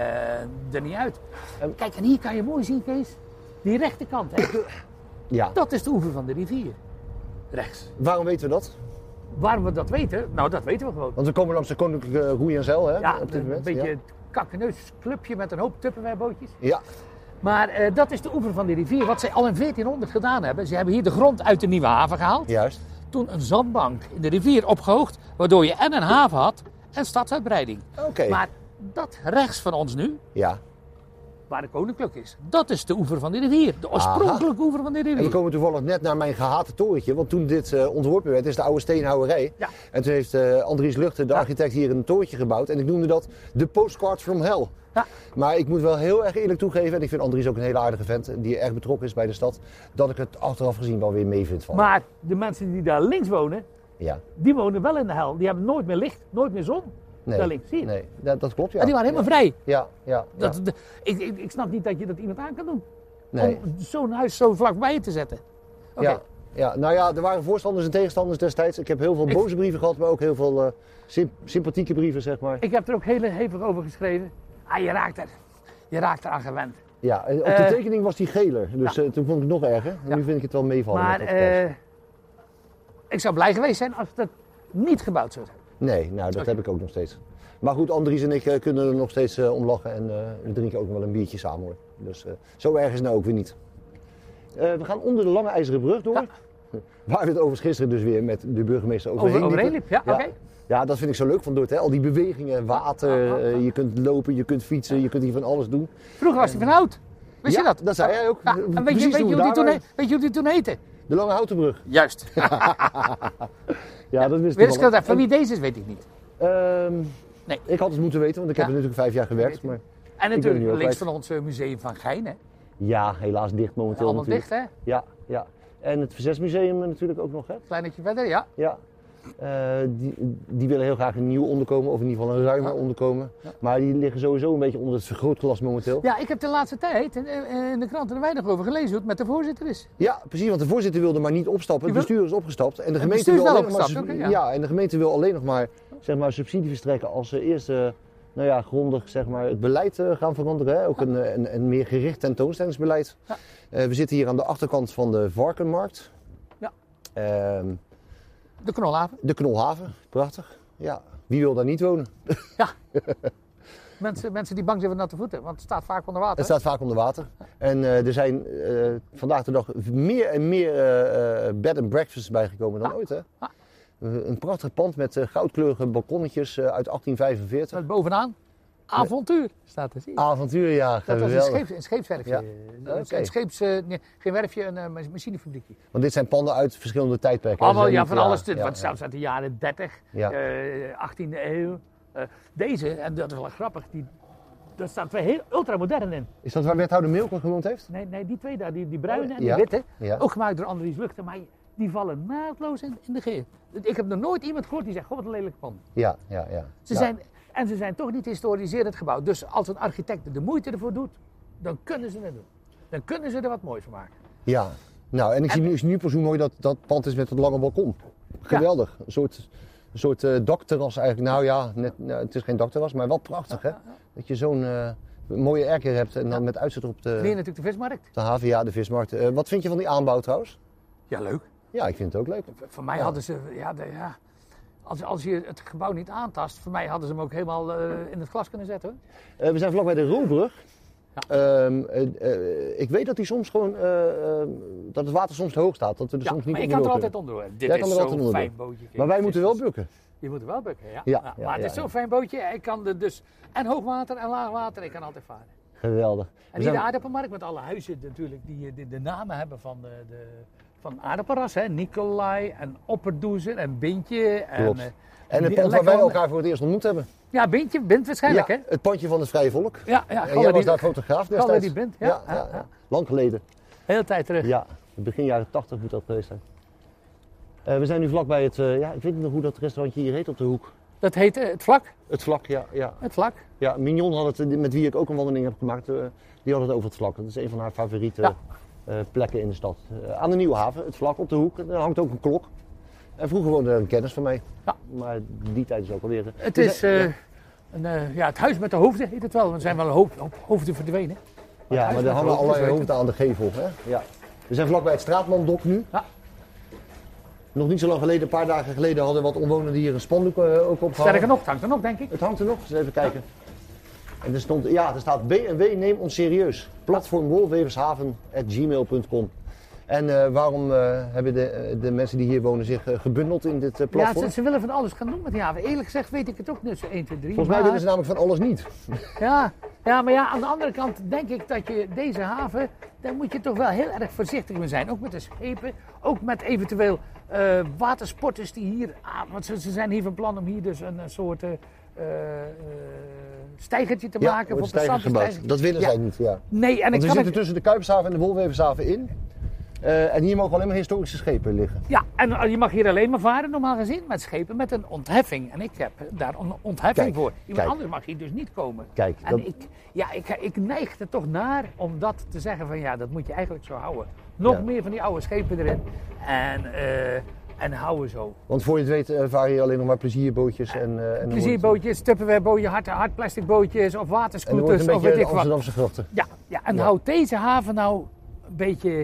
Er niet uit. Kijk, en hier kan je mooi zien, Kees, die rechterkant, hè? Ja. Dat is de oever van de rivier. Rechts. Waarom weten we dat? Waarom we dat weten? Nou, dat weten we gewoon. Want we komen langs de Koninklijke Roei en Zeil, hè? Ja, op dit moment. Een beetje kakkeneus clubje met een hoop Tupperware-bootjes. Ja. Maar dat is de oever van de rivier, wat zij al in 1400 gedaan hebben. Ze hebben hier de grond uit de Nieuwe Haven gehaald. Juist. Toen een zandbank in de rivier opgehoogd, waardoor je en een haven had en stadsuitbreiding. Oké. Maar Dat rechts van ons nu, Ja. waar de Koninklijk is, dat is de oever van de rivier. De oorspronkelijke oever van de En we rivier. komen toevallig net naar mijn gehate torentje. Want toen dit ontworpen werd, is de oude steenhouwerij. Ja. En toen heeft Andries Luchten, de architect, hier een torentje gebouwd. En ik noemde dat de Postcard from Hell. Ja. Maar ik moet wel heel erg eerlijk toegeven, en ik vind Andries ook een hele aardige vent, die erg betrokken is bij de stad, dat ik het achteraf gezien wel weer mee vind van. Maar de mensen die daar links wonen, Ja. die wonen wel in de hel. Die hebben nooit meer licht, nooit meer zon. Nee. Daar links, zie je? Nee, dat klopt, ja. En die waren helemaal vrij. Ja, ja. ja. Ik snap niet dat je dat iemand aan kan doen. Nee. Om zo'n huis zo vlakbij je te zetten. Oké. Ja. Ja, nou ja, er waren voorstanders en tegenstanders destijds. Ik heb heel veel boze brieven gehad, maar ook heel veel sympathieke brieven, zeg maar. Ik heb er ook heel hevig over geschreven. Ah, je raakt er aan gewend. Ja, en op de tekening was die geler, dus toen vond ik het nog erger. En Ja. nu vind ik het wel meevallen. Maar met dat prijs. ik zou blij geweest zijn als het niet gebouwd zou zijn. Nee, nou dat Oké. heb ik ook nog steeds. Maar goed, Andries en ik kunnen er nog steeds om lachen en we drinken ook nog wel een biertje samen hoor. Dus zo erg is het nou ook weer niet. We gaan onder de Lange IJzeren Brug door. Ja. Waar we het overigens gisteren dus weer met de burgemeester overheen Overheen liepen. liep, ja, oké. Ja, dat vind ik zo leuk van Dordt, hè? Al die bewegingen, water, je kunt lopen, je kunt fietsen, je kunt hier van alles doen. Vroeger was hij van hout. Wist je dat? Dat zei jij ook. Ja, en weet Precies je toen we hoe daar die waren. weet je hoe die toen heette? De Lange Houtenbrug. Juist. Ja, dat wist Weet ik je wel. dat? Van wie deze is, weet ik niet. Nee. Ik had het moeten weten, want ik heb Ja. er natuurlijk 5 jaar gewerkt. Weet je. Maar En ben er natuurlijk nu ook links kwijt. van ons museum van Gein, hè? ja, helaas dicht momenteel Allemaal natuurlijk. dicht, hè? Ja, ja. En het Verzetsmuseum natuurlijk ook nog, hè? Kleinetje verder, ja. Ja. Die willen heel graag een nieuw onderkomen, of in ieder geval een ruimer onderkomen. Ja. Maar die liggen sowieso een beetje onder het vergrootglas momenteel. Ja, ik heb de laatste tijd in de krant er weinig over gelezen hoe het met de voorzitter is. Ja, precies, want de voorzitter wilde maar niet opstappen. Het Die wil- bestuur is opgestapt. En de gemeente bestuur is wil wel alleen nog maar, opgestapt, oké, ja. en de gemeente wil alleen nog maar, zeg maar subsidie verstrekken als ze eerst nou ja, grondig zeg maar, het beleid gaan veranderen. Hè? Ook een meer gericht tentoonstellingsbeleid. Ja. We zitten hier aan de achterkant van de Varkenmarkt. Ja. Ehm, De Knolhaven. de Knolhaven, prachtig. Ja. Wie wil daar niet wonen? Mensen die bang zijn voor natte voeten, want het staat vaak onder water. Het staat vaak onder water. En er zijn vandaag de dag meer en meer bed and breakfasts bijgekomen dan ooit. Hè? Ja. Een prachtig pand met goudkleurige balkonnetjes uit 1845. Met bovenaan avontuur staat er. Zie je? Avontuur, ja, Dat was geweldig. een scheepswerfje. Ja. Oké. Geen werfje, een machinefabriekje. Want dit zijn panden uit verschillende tijdperken. hè? Allemaal, Ze zijn ja, niet- van alles. ja, Want zelfs uit de jaren 30, Ja. 18e eeuw. Deze, en dat is wel grappig, daar staan twee heel ultramodern in. Is dat waar wethouder Milker gewoond heeft? Nee, die twee daar, die bruine en Ja. die witte. Ja. Ook gemaakt door Andries Luchten, maar die vallen naadloos in de geer. Ik heb nog nooit iemand gehoord die zegt, goh, wat een lelijk pand. Ja. Ze zijn toch niet historiserend gebouwd. Dus als een architect de moeite ervoor doet, dan kunnen ze het doen. Dan kunnen ze er wat moois van maken. Ja. Nou, en ik zie nu pas hoe mooi dat pand is met dat lange balkon. Geweldig. Een soort dakterras eigenlijk. Nou ja, het is geen dakterras, maar wel prachtig, hè? Dat je zo'n mooie erker hebt en dan met uitzicht op Hier de natuurlijk de vismarkt. haven, ja, de vismarkt. Wat vind je van die aanbouw trouwens? Ja, leuk. Ja, ik vind het ook leuk. Voor mij hadden ze, als je het gebouw niet aantast, voor mij hadden ze hem ook helemaal in het glas kunnen zetten, hoor. We zijn vlakbij de Roelbrug. Ja. Ik weet dat die soms gewoon, dat het water soms te hoog staat. Dat we er soms niet maar ik onderdoor kan er kunnen. altijd onderdoor. Dit Jij is kan er altijd zo'n onderdoor. fijn bootje. Kijk, Maar wij het moeten is- wel bukken. Je moet er wel bukken, ja. Ja, Maar het is zo'n fijn bootje. Ik kan er dus en hoogwater en laagwater, ik kan altijd varen. Geweldig. En We hier zijn- de aardappelmarkt met alle huizen natuurlijk die de namen hebben van aardappelras. Hè. Nicolai en Opperdoezer en Bintje. En, Klopt. En het die- pand waar wij lekker- elkaar voor het eerst ontmoet hebben. Ja, Bint waarschijnlijk, Ja, hè? het pandje van het Vrije Volk. Ja, En jij was daar fotograaf destijds. Galerie Bint, ja. Lang geleden. Hele tijd terug. Ja, begin jaren 80 moet dat geweest zijn. We zijn nu vlakbij het, ik weet niet nog hoe dat restaurantje hier heet op de hoek. Dat heet het Vlak. Het Vlak, ja. Het Vlak. Ja, Mignon had het, met wie ik ook een wandeling heb gemaakt, die had het over het Vlak. Dat is een van haar favoriete plekken in de stad. Aan de Nieuwe Haven, het Vlak op de hoek. Daar hangt ook een klok. En vroeger woonde er een kennis van mij. Ja. Maar die tijd is ook alweer. Het is het huis met de hoofden heet het wel. Want er zijn wel een hoop hoofden verdwenen. Ja, maar er hangen allerlei hoofden aan de gevel. Hè? Ja. We zijn vlakbij het Straatmandok nu. Ja. Nog niet zo lang geleden, een paar dagen geleden, hadden wat omwonenden hier een spandoek ook opgehangen. Sterker nog, het hangt er nog, denk ik. Het hangt er nog, eens even kijken. En er staat B&W neem ons serieus. Platform wolwevershaven@gmail.com. En waarom hebben de mensen die hier wonen zich gebundeld in dit platform? Ja, ze willen van alles gaan doen met die haven. Eerlijk gezegd weet ik het ook niet zo 1, 2, 3. Volgens mij willen ze namelijk van alles niet. Ja, maar ja, aan de andere kant denk ik dat je deze haven, daar moet je toch wel heel erg voorzichtig mee zijn. Ook met de schepen, ook met eventueel watersporters die hier, want ze zijn hier van plan om hier dus een soort steigertje te maken. Voor steigergebouw. Dat willen zij niet, ja. Nee, en want we zitten tussen de Kuipenshaven en de Wolwevershaven in. En hier mogen alleen maar historische schepen liggen. Ja, en je mag hier alleen maar varen, normaal gezien, met schepen met een ontheffing. En ik heb daar een ontheffing voor. Iemand anders mag hier dus niet komen. Kijk, en ik neig er toch naar om dat te zeggen van ja, dat moet je eigenlijk zo houden. Nog meer van die oude schepen erin. En houden zo. Want voor je het weet varen hier alleen nog maar plezierbootjes. Plezierbootjes, tupperwarebootjes, hard plastic bootjes of waterscooters. En of weet ik wat. Amsterdamse grachten. Ja, en houd deze haven nou een beetje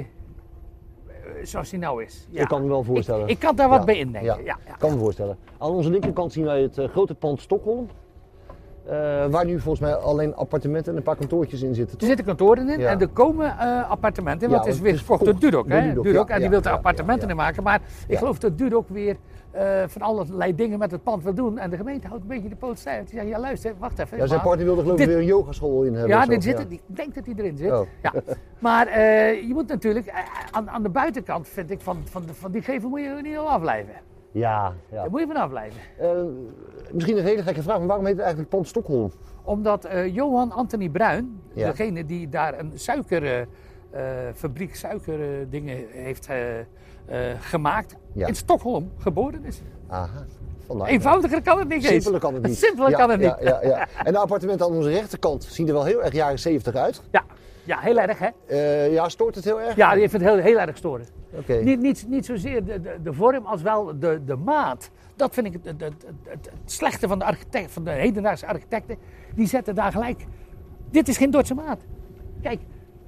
zoals die nou is. Ja. Ik kan me wel voorstellen. Ik kan daar wat bij indenken. Ja. Ik kan me voorstellen. Aan onze linkerkant zien wij het grote pand Stockholm. Waar nu volgens mij alleen appartementen en een paar kantoortjes in zitten. Er zitten kantoren in en er komen appartementen in. Want het is weer verkocht door Dudok. Dudok en die wil er appartementen in maken. Maar ik geloof dat Dudok weer van allerlei dingen met het pand wil doen. En de gemeente houdt een beetje de poot stijf. Die zegt, ja luister, wacht even. Ja, zijn partner wilde geloof ik weer een yogaschool in hebben. Ja, ik denk dat die erin zit. Oh. Ja. Maar je moet natuurlijk, aan de buitenkant vind ik, van die gevel moet je niet al afblijven. Ja. Daar moet je van afblijven. Misschien een hele gekke vraag, maar waarom heet het eigenlijk pand Stockholm? Omdat Johan Anthony Bruin, degene die daar een suikerfabriek, suikerdingen heeft gemaakt, in Stockholm geboren is. Aha. Eenvoudiger kan het niet eens. Simpeler kan het niet. Simpeler kan het niet. Ja. En de appartementen aan onze rechterkant zien er wel heel erg jaren 70 uit. Ja, heel erg hè? Stoort het heel erg? Ja, die vindt het heel erg storen. Okay. Niet zozeer de vorm als wel de maat. Dat vind ik het slechte van de architect, van de hedendaagse architecten. Die zetten daar gelijk. Dit is geen Duitse maat. Kijk,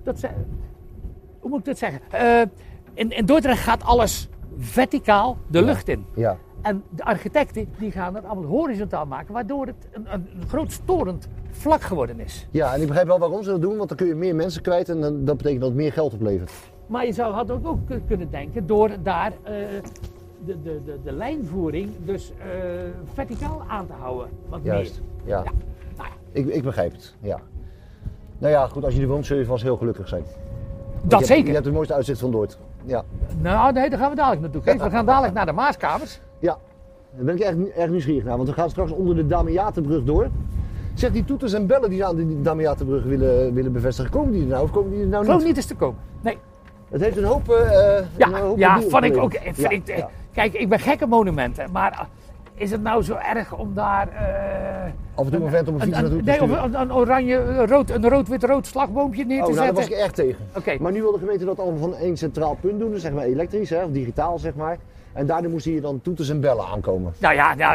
hoe moet ik dat zeggen? In Dordrecht gaat alles verticaal de lucht in. Ja. En de architecten die gaan het allemaal horizontaal maken, waardoor het een groot storend vlak geworden is. Ja, en ik begrijp wel waarom ze dat doen, want dan kun je meer mensen kwijt en dat betekent dat het meer geld oplevert. Maar je had ook kunnen denken door daar de lijnvoering dus verticaal aan te houden. Wat juist, meer. Ja. Nou ja. Ik begrijp het, ja. Nou ja, goed, als je er woont zul je vast heel gelukkig zijn. Dat zeker. Je hebt het mooiste uitzicht van Noord. Ja. Nou, nee, daar gaan we dadelijk naartoe. Kees. We gaan dadelijk naar de Maaskamers. Ja, daar ben ik erg nieuwsgierig naar, want we gaan straks onder de Damiatenbrug door. Zeg, die toeters en bellen die ze aan de Damiatenbrug willen bevestigen, komen die er nou of komen die er nou niet? Ik geloof niet eens te komen, nee. Het heeft een hoop vond ik ook. Kijk, ik ben gek op monumenten, maar is het nou zo erg om daar af en toe een vent om een fiets naartoe te sturen? Of een oranje, rood-wit-rood slagboompje neer te zetten? Nou, daar was ik erg tegen. Okay. Maar nu wil de gemeente dat allemaal van één centraal punt doen, dus zeg maar elektrisch, of digitaal zeg maar. En daardoor moesten hier dan toeters en bellen aankomen. Nou ja,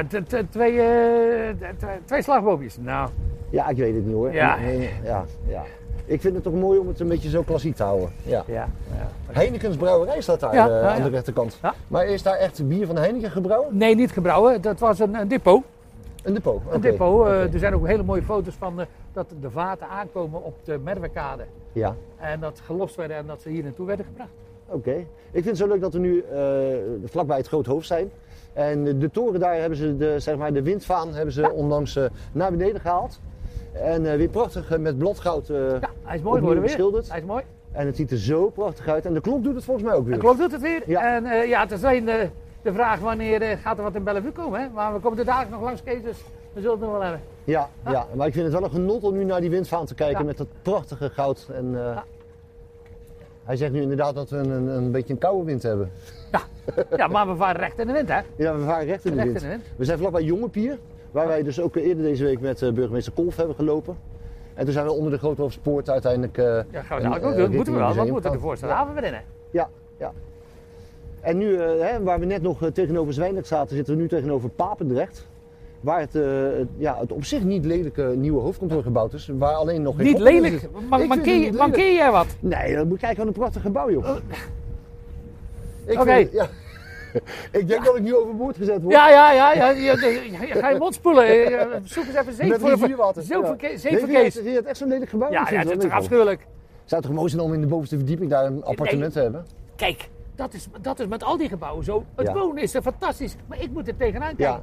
twee slagboompjes. Nou. Ja, ik weet het niet hoor. Ja. Ik vind het toch mooi om het een beetje zo klassiek te houden. Ja. Heineken's brouwerij staat daar aan de rechterkant. Ja. Maar is daar echt bier van Heineken gebrouwen? Nee, niet gebrouwen. Dat was een depot. Een depot? Een depot. Er zijn ook hele mooie foto's van dat de vaten aankomen op de Merwekade. Ja. En dat gelost werden en dat ze hier naartoe werden gebracht. Oké. Ik vind het zo leuk dat we nu vlakbij het Groot Hoofd zijn. En de toren daar hebben ze de windvaan hebben ze onlangs naar beneden gehaald. En weer prachtig met bladgoud hij is mooi geworden beschilderd. Hij is mooi. En het ziet er zo prachtig uit. En de klok doet het volgens mij ook weer. De klok doet het weer. Ja. En het is alleen de vraag wanneer gaat er wat in Bellevue komen. Hè? Maar we komen er dadelijk nog langs, Kees, dus we zullen het nog wel hebben. Ja, maar ik vind het wel een genot om nu naar die windvaan te kijken met dat prachtige goud. En, hij zegt nu inderdaad dat we een beetje een koude wind hebben. Ja, maar we varen recht in de wind, hè? Ja, we varen recht in de wind. We zijn vlakbij Jongepier, waar wij dus ook eerder deze week met burgemeester Kolf hebben gelopen. En toen zijn we onder de Grote Hoofdpoort uiteindelijk... gaan we dadelijk ook doen. Moeten we wel, want we moeten de Voorstadhaven weer in, hè? Ja. En nu, waar we net nog tegenover Zwijndrecht zaten, zitten we nu tegenover Papendrecht. Waar het op zich niet lelijke nieuwe hoofdkantoor gebouwd is. Waar alleen nog geen... Niet lelijk? Mankeer jij wat? Nee, dan moet je kijken aan een prachtig gebouw, joh. Oké. Ik denk dat ik nu overboord gezet word. Ja. Ga je mond spoelen. Zoek eens even zeeverkees. Zie je het echt zo'n lelijk gebouw? Ja, het is toch afschuwelijk. Zou het toch mooi zijn om in de bovenste verdieping daar een appartement te hebben? kijk, dat is met al die gebouwen zo. Het wonen is er fantastisch, maar ik moet er tegenaan kijken.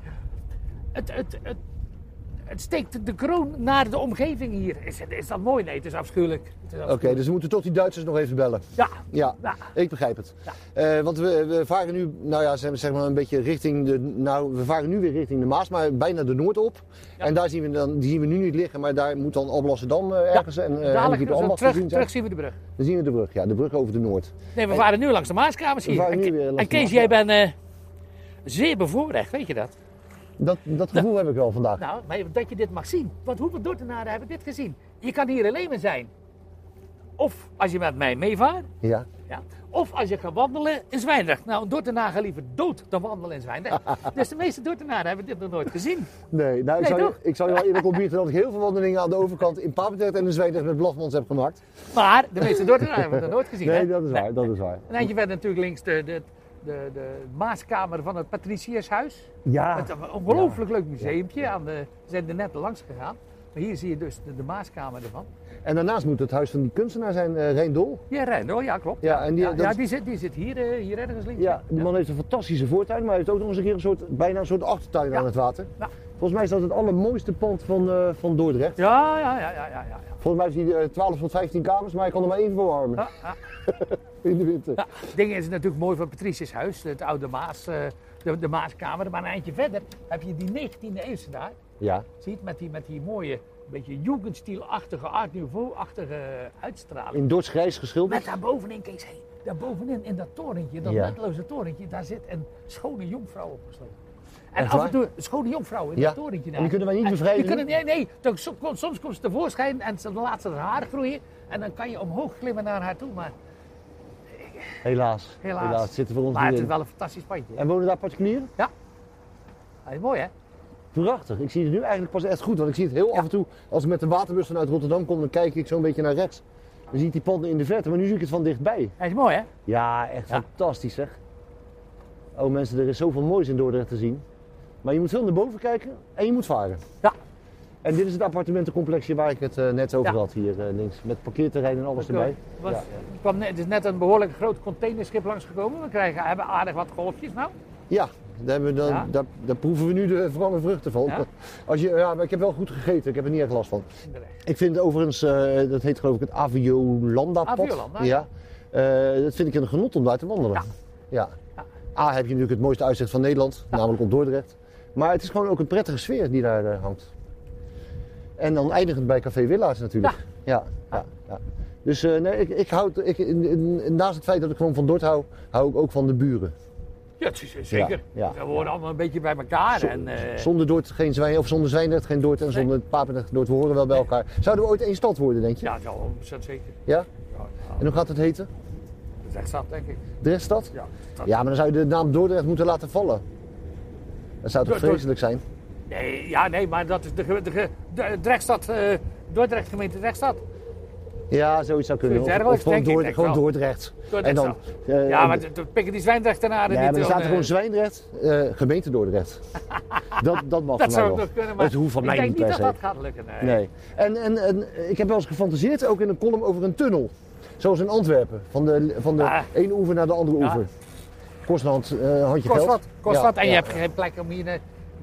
Ja. Het steekt de kroon naar de omgeving hier. Is dat mooi? Nee, het is afschuwelijk. Oké, dus we moeten toch die Duitsers nog even bellen. Ja, ik begrijp het. Ja. Want we varen nu, zeg maar een beetje richting we varen nu weer richting de Maas, maar bijna de Noord op. Ja. En daar zien we nu niet liggen, maar daar moet dan Alblasserdam ergens. Ja. En dadelijk terug zien we de brug. Dan zien we de brug, ja, de brug over de Noord. Nee, we varen nu langs de Maaskamers hier. En Kees, jij bent zeer bevoorrecht, weet je dat? Dat gevoel heb ik wel vandaag. Nou, maar dat je dit mag zien. Want hoeveel Dordtenaren hebben dit gezien? Je kan hier alleen maar zijn. Of als je met mij meevaart. Ja. Of als je gaat wandelen in Zwijndrecht. Nou, een Dordtenaar gaat liever dood dan wandelen in Zwijndrecht. Dus de meeste Dordtenaren hebben dit nog nooit gezien. Nee, nou, ik zou je wel eerlijk opbieden dat ik heel veel wandelingen aan de overkant in Papendrecht en in Zwijndrecht met Blafmans heb gemaakt. Maar de meeste Dordtenaren hebben het nog nooit gezien. Nee, hè? Dat is waar. En eindje verder natuurlijk links de Maaskamer van het Patriciërshuis. Ja. Het is een ongelooflijk leuk museumpje. We zijn er net langs gegaan. Maar hier zie je dus de Maaskamer ervan. En daarnaast moet het huis van die kunstenaar zijn, Reindol. Ja, Reindol, ja klopt. Ja, en die zit hier ergens links. Ja, die man heeft een fantastische voortuin, maar hij heeft ook nog eens een keer bijna een soort achtertuin aan het water. Ja. Volgens mij is dat het allermooiste pand van Dordrecht. Ja. Volgens mij heeft hij 12 tot 15 kamers, maar hij kan er maar één verwarmen. Ja. In de winter. Ja, het ding is natuurlijk mooi van Patriciërs huis, het oude Maas, de Maaskamer. Maar een eindje verder heb je die 19e eeuwse daar. Ja. Zie je, met die mooie, beetje Jugendstil-achtige, Art Nouveau-achtige uitstraling. In Dordts grijs geschilderd. Met daarbovenin, Kees, daarbovenin in dat torentje, dat netteloze torentje, daar zit een schone jonkvrouw opgesloten. En af en toe een schone jonkvrouw in dat torentje. En die kunnen wij niet bevrijden? Nee. Soms komt ze tevoorschijn en dan laat ze haar haar groeien. En dan kan je omhoog klimmen naar haar toe, maar... Helaas. Zitten voor ons maar niet het in. is wel een fantastisch pandje. En wonen daar particulieren? Ja. Dat is mooi, hè? Prachtig. Ik zie het nu eigenlijk pas echt goed, want ik zie het heel af en toe. Als ik met de waterbus vanuit Rotterdam kom, dan kijk ik zo'n beetje naar rechts. Dan zie ik die panden in de verte, maar nu zie ik het van dichtbij. Hij is mooi, hè? Ja, echt fantastisch, zeg. Oh mensen, er is zoveel moois in Dordrecht te zien. Maar je moet veel naar boven kijken en je moet varen. Ja. En dit is het appartementencomplexje waar ik het net over had, hier links. Met parkeerterrein en alles erbij. Het is net een behoorlijk groot containerschip langsgekomen. We hebben aardig wat golfjes nou. Ja, daar proeven we nu de warme vruchten van. Ja? Maar ik heb wel goed gegeten, ik heb er niet echt last van. Ik vind overigens, dat heet geloof ik het Aviolanda-pad. Aviolanda? Ja. Dat vind ik een genot om daar te wandelen. Ja. A, heb je natuurlijk het mooiste uitzicht van Nederland, namelijk op Dordrecht. Maar het is gewoon ook een prettige sfeer die daar hangt. En dan eindigend bij Café Willaerts natuurlijk. Ja. Dus naast het feit dat ik gewoon van Dort hou ik ook van de buren. Ja, zeker. Ja. We horen allemaal een beetje bij elkaar. Zonder Dort geen Zwijn, of zonder Zwijndrecht geen Dort en zonder Papendrecht geen Dort. We horen wel bij elkaar. Zouden we ooit één stad worden, denk je? Ja, dat is zeker. Ja? En hoe gaat het heten? Drechtstad, denk ik. Drechtstad? Ja. Ja, maar dan zou je de naam Dordrecht moeten laten vallen. Dat zou toch vreselijk zijn? Nee, maar dat is de Drechtstad, Dordrecht, gemeente Drechtstad. Ja, zoiets zou kunnen. Of gewoon Dordrecht. En dan, maar dan pikken die Zwijndrechtenaren niet. Ja, maar er staat gewoon Zwijndrecht, gemeente Dordrecht. dat mag dat van mij zou nog kunnen, maar het hoeft van mij niet per se. Ik denk niet dat gaat lukken. Nee. En ik heb wel eens gefantaseerd, ook in een column over een tunnel. Zoals in Antwerpen, van de ene oever naar de andere oever. Kost een handje geld. Kost wat en je hebt geen plek om hier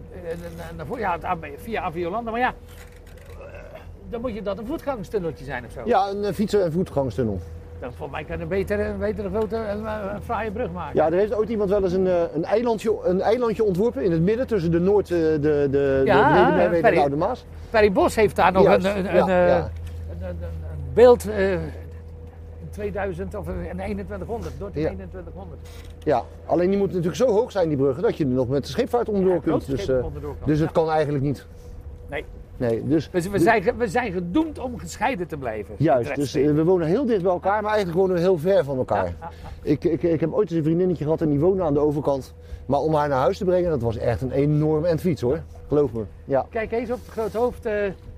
via Aviolanda. Maar dan moet je dat een voetgangerstunneltje zijn of zo. Ja, een fietsen- en voetgangerstunnel. Dan volgens mij kan een betere grote een fraaie brug maken. Ja, er heeft ooit iemand wel eens een eilandje ontworpen in het midden tussen de Noord, de Nedermerwede en de Oude Maas. Perry Bos heeft daar nog een beeld in 2000 of in 2100, door de 2100. Ja, alleen die moeten natuurlijk zo hoog zijn, die bruggen, dat je er nog met de scheepvaart onderdoor kunt. Dus het kan eigenlijk niet. Nee, dus we zijn gedoemd om gescheiden te blijven. Juist, dus we wonen heel dicht bij elkaar, maar eigenlijk wonen we heel ver van elkaar. Ik heb ooit eens een vriendinnetje gehad en die woonde aan de overkant. Maar om haar naar huis te brengen, dat was echt een enorm endfiets hoor. Geloof me. Ja. Kijk eens op het Groothoofd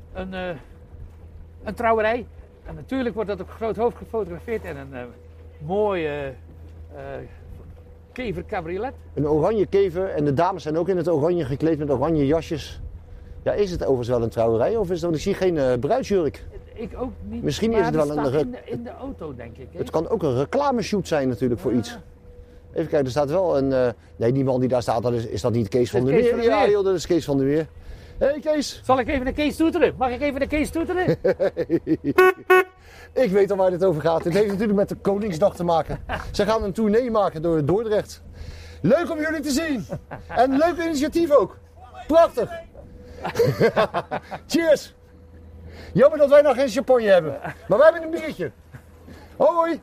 een trouwerij. En natuurlijk wordt dat op het Groothoofd gefotografeerd in een mooie kever cabriolet. Een oranje kever en de dames zijn ook in het oranje gekleed met oranje jasjes. Ja, is het overigens wel een trouwerij of is het? Ik zie geen bruidsjurk. Ik ook niet. Misschien maar is het wel staat een in de auto, denk ik. Hè? Het kan ook een reclameshoot zijn natuurlijk voor Ja. iets. Even kijken, er staat wel een... nee, die man die daar staat, is dat niet Kees van der Kees Meer? van der Ja, Meer. joh, dat is Kees van der Meer. Hé Kees! Zal ik even naar Kees toeteren? Mag ik even naar Kees toeteren? Ik weet al waar dit over gaat. Dit heeft natuurlijk met de Koningsdag te maken. Ze gaan een tournee maken door Dordrecht. Leuk om jullie te zien. En leuk initiatief ook. Prachtig. Cheers. Jammer dat wij nog geen champagne hebben. Maar wij hebben een biertje. Hoi.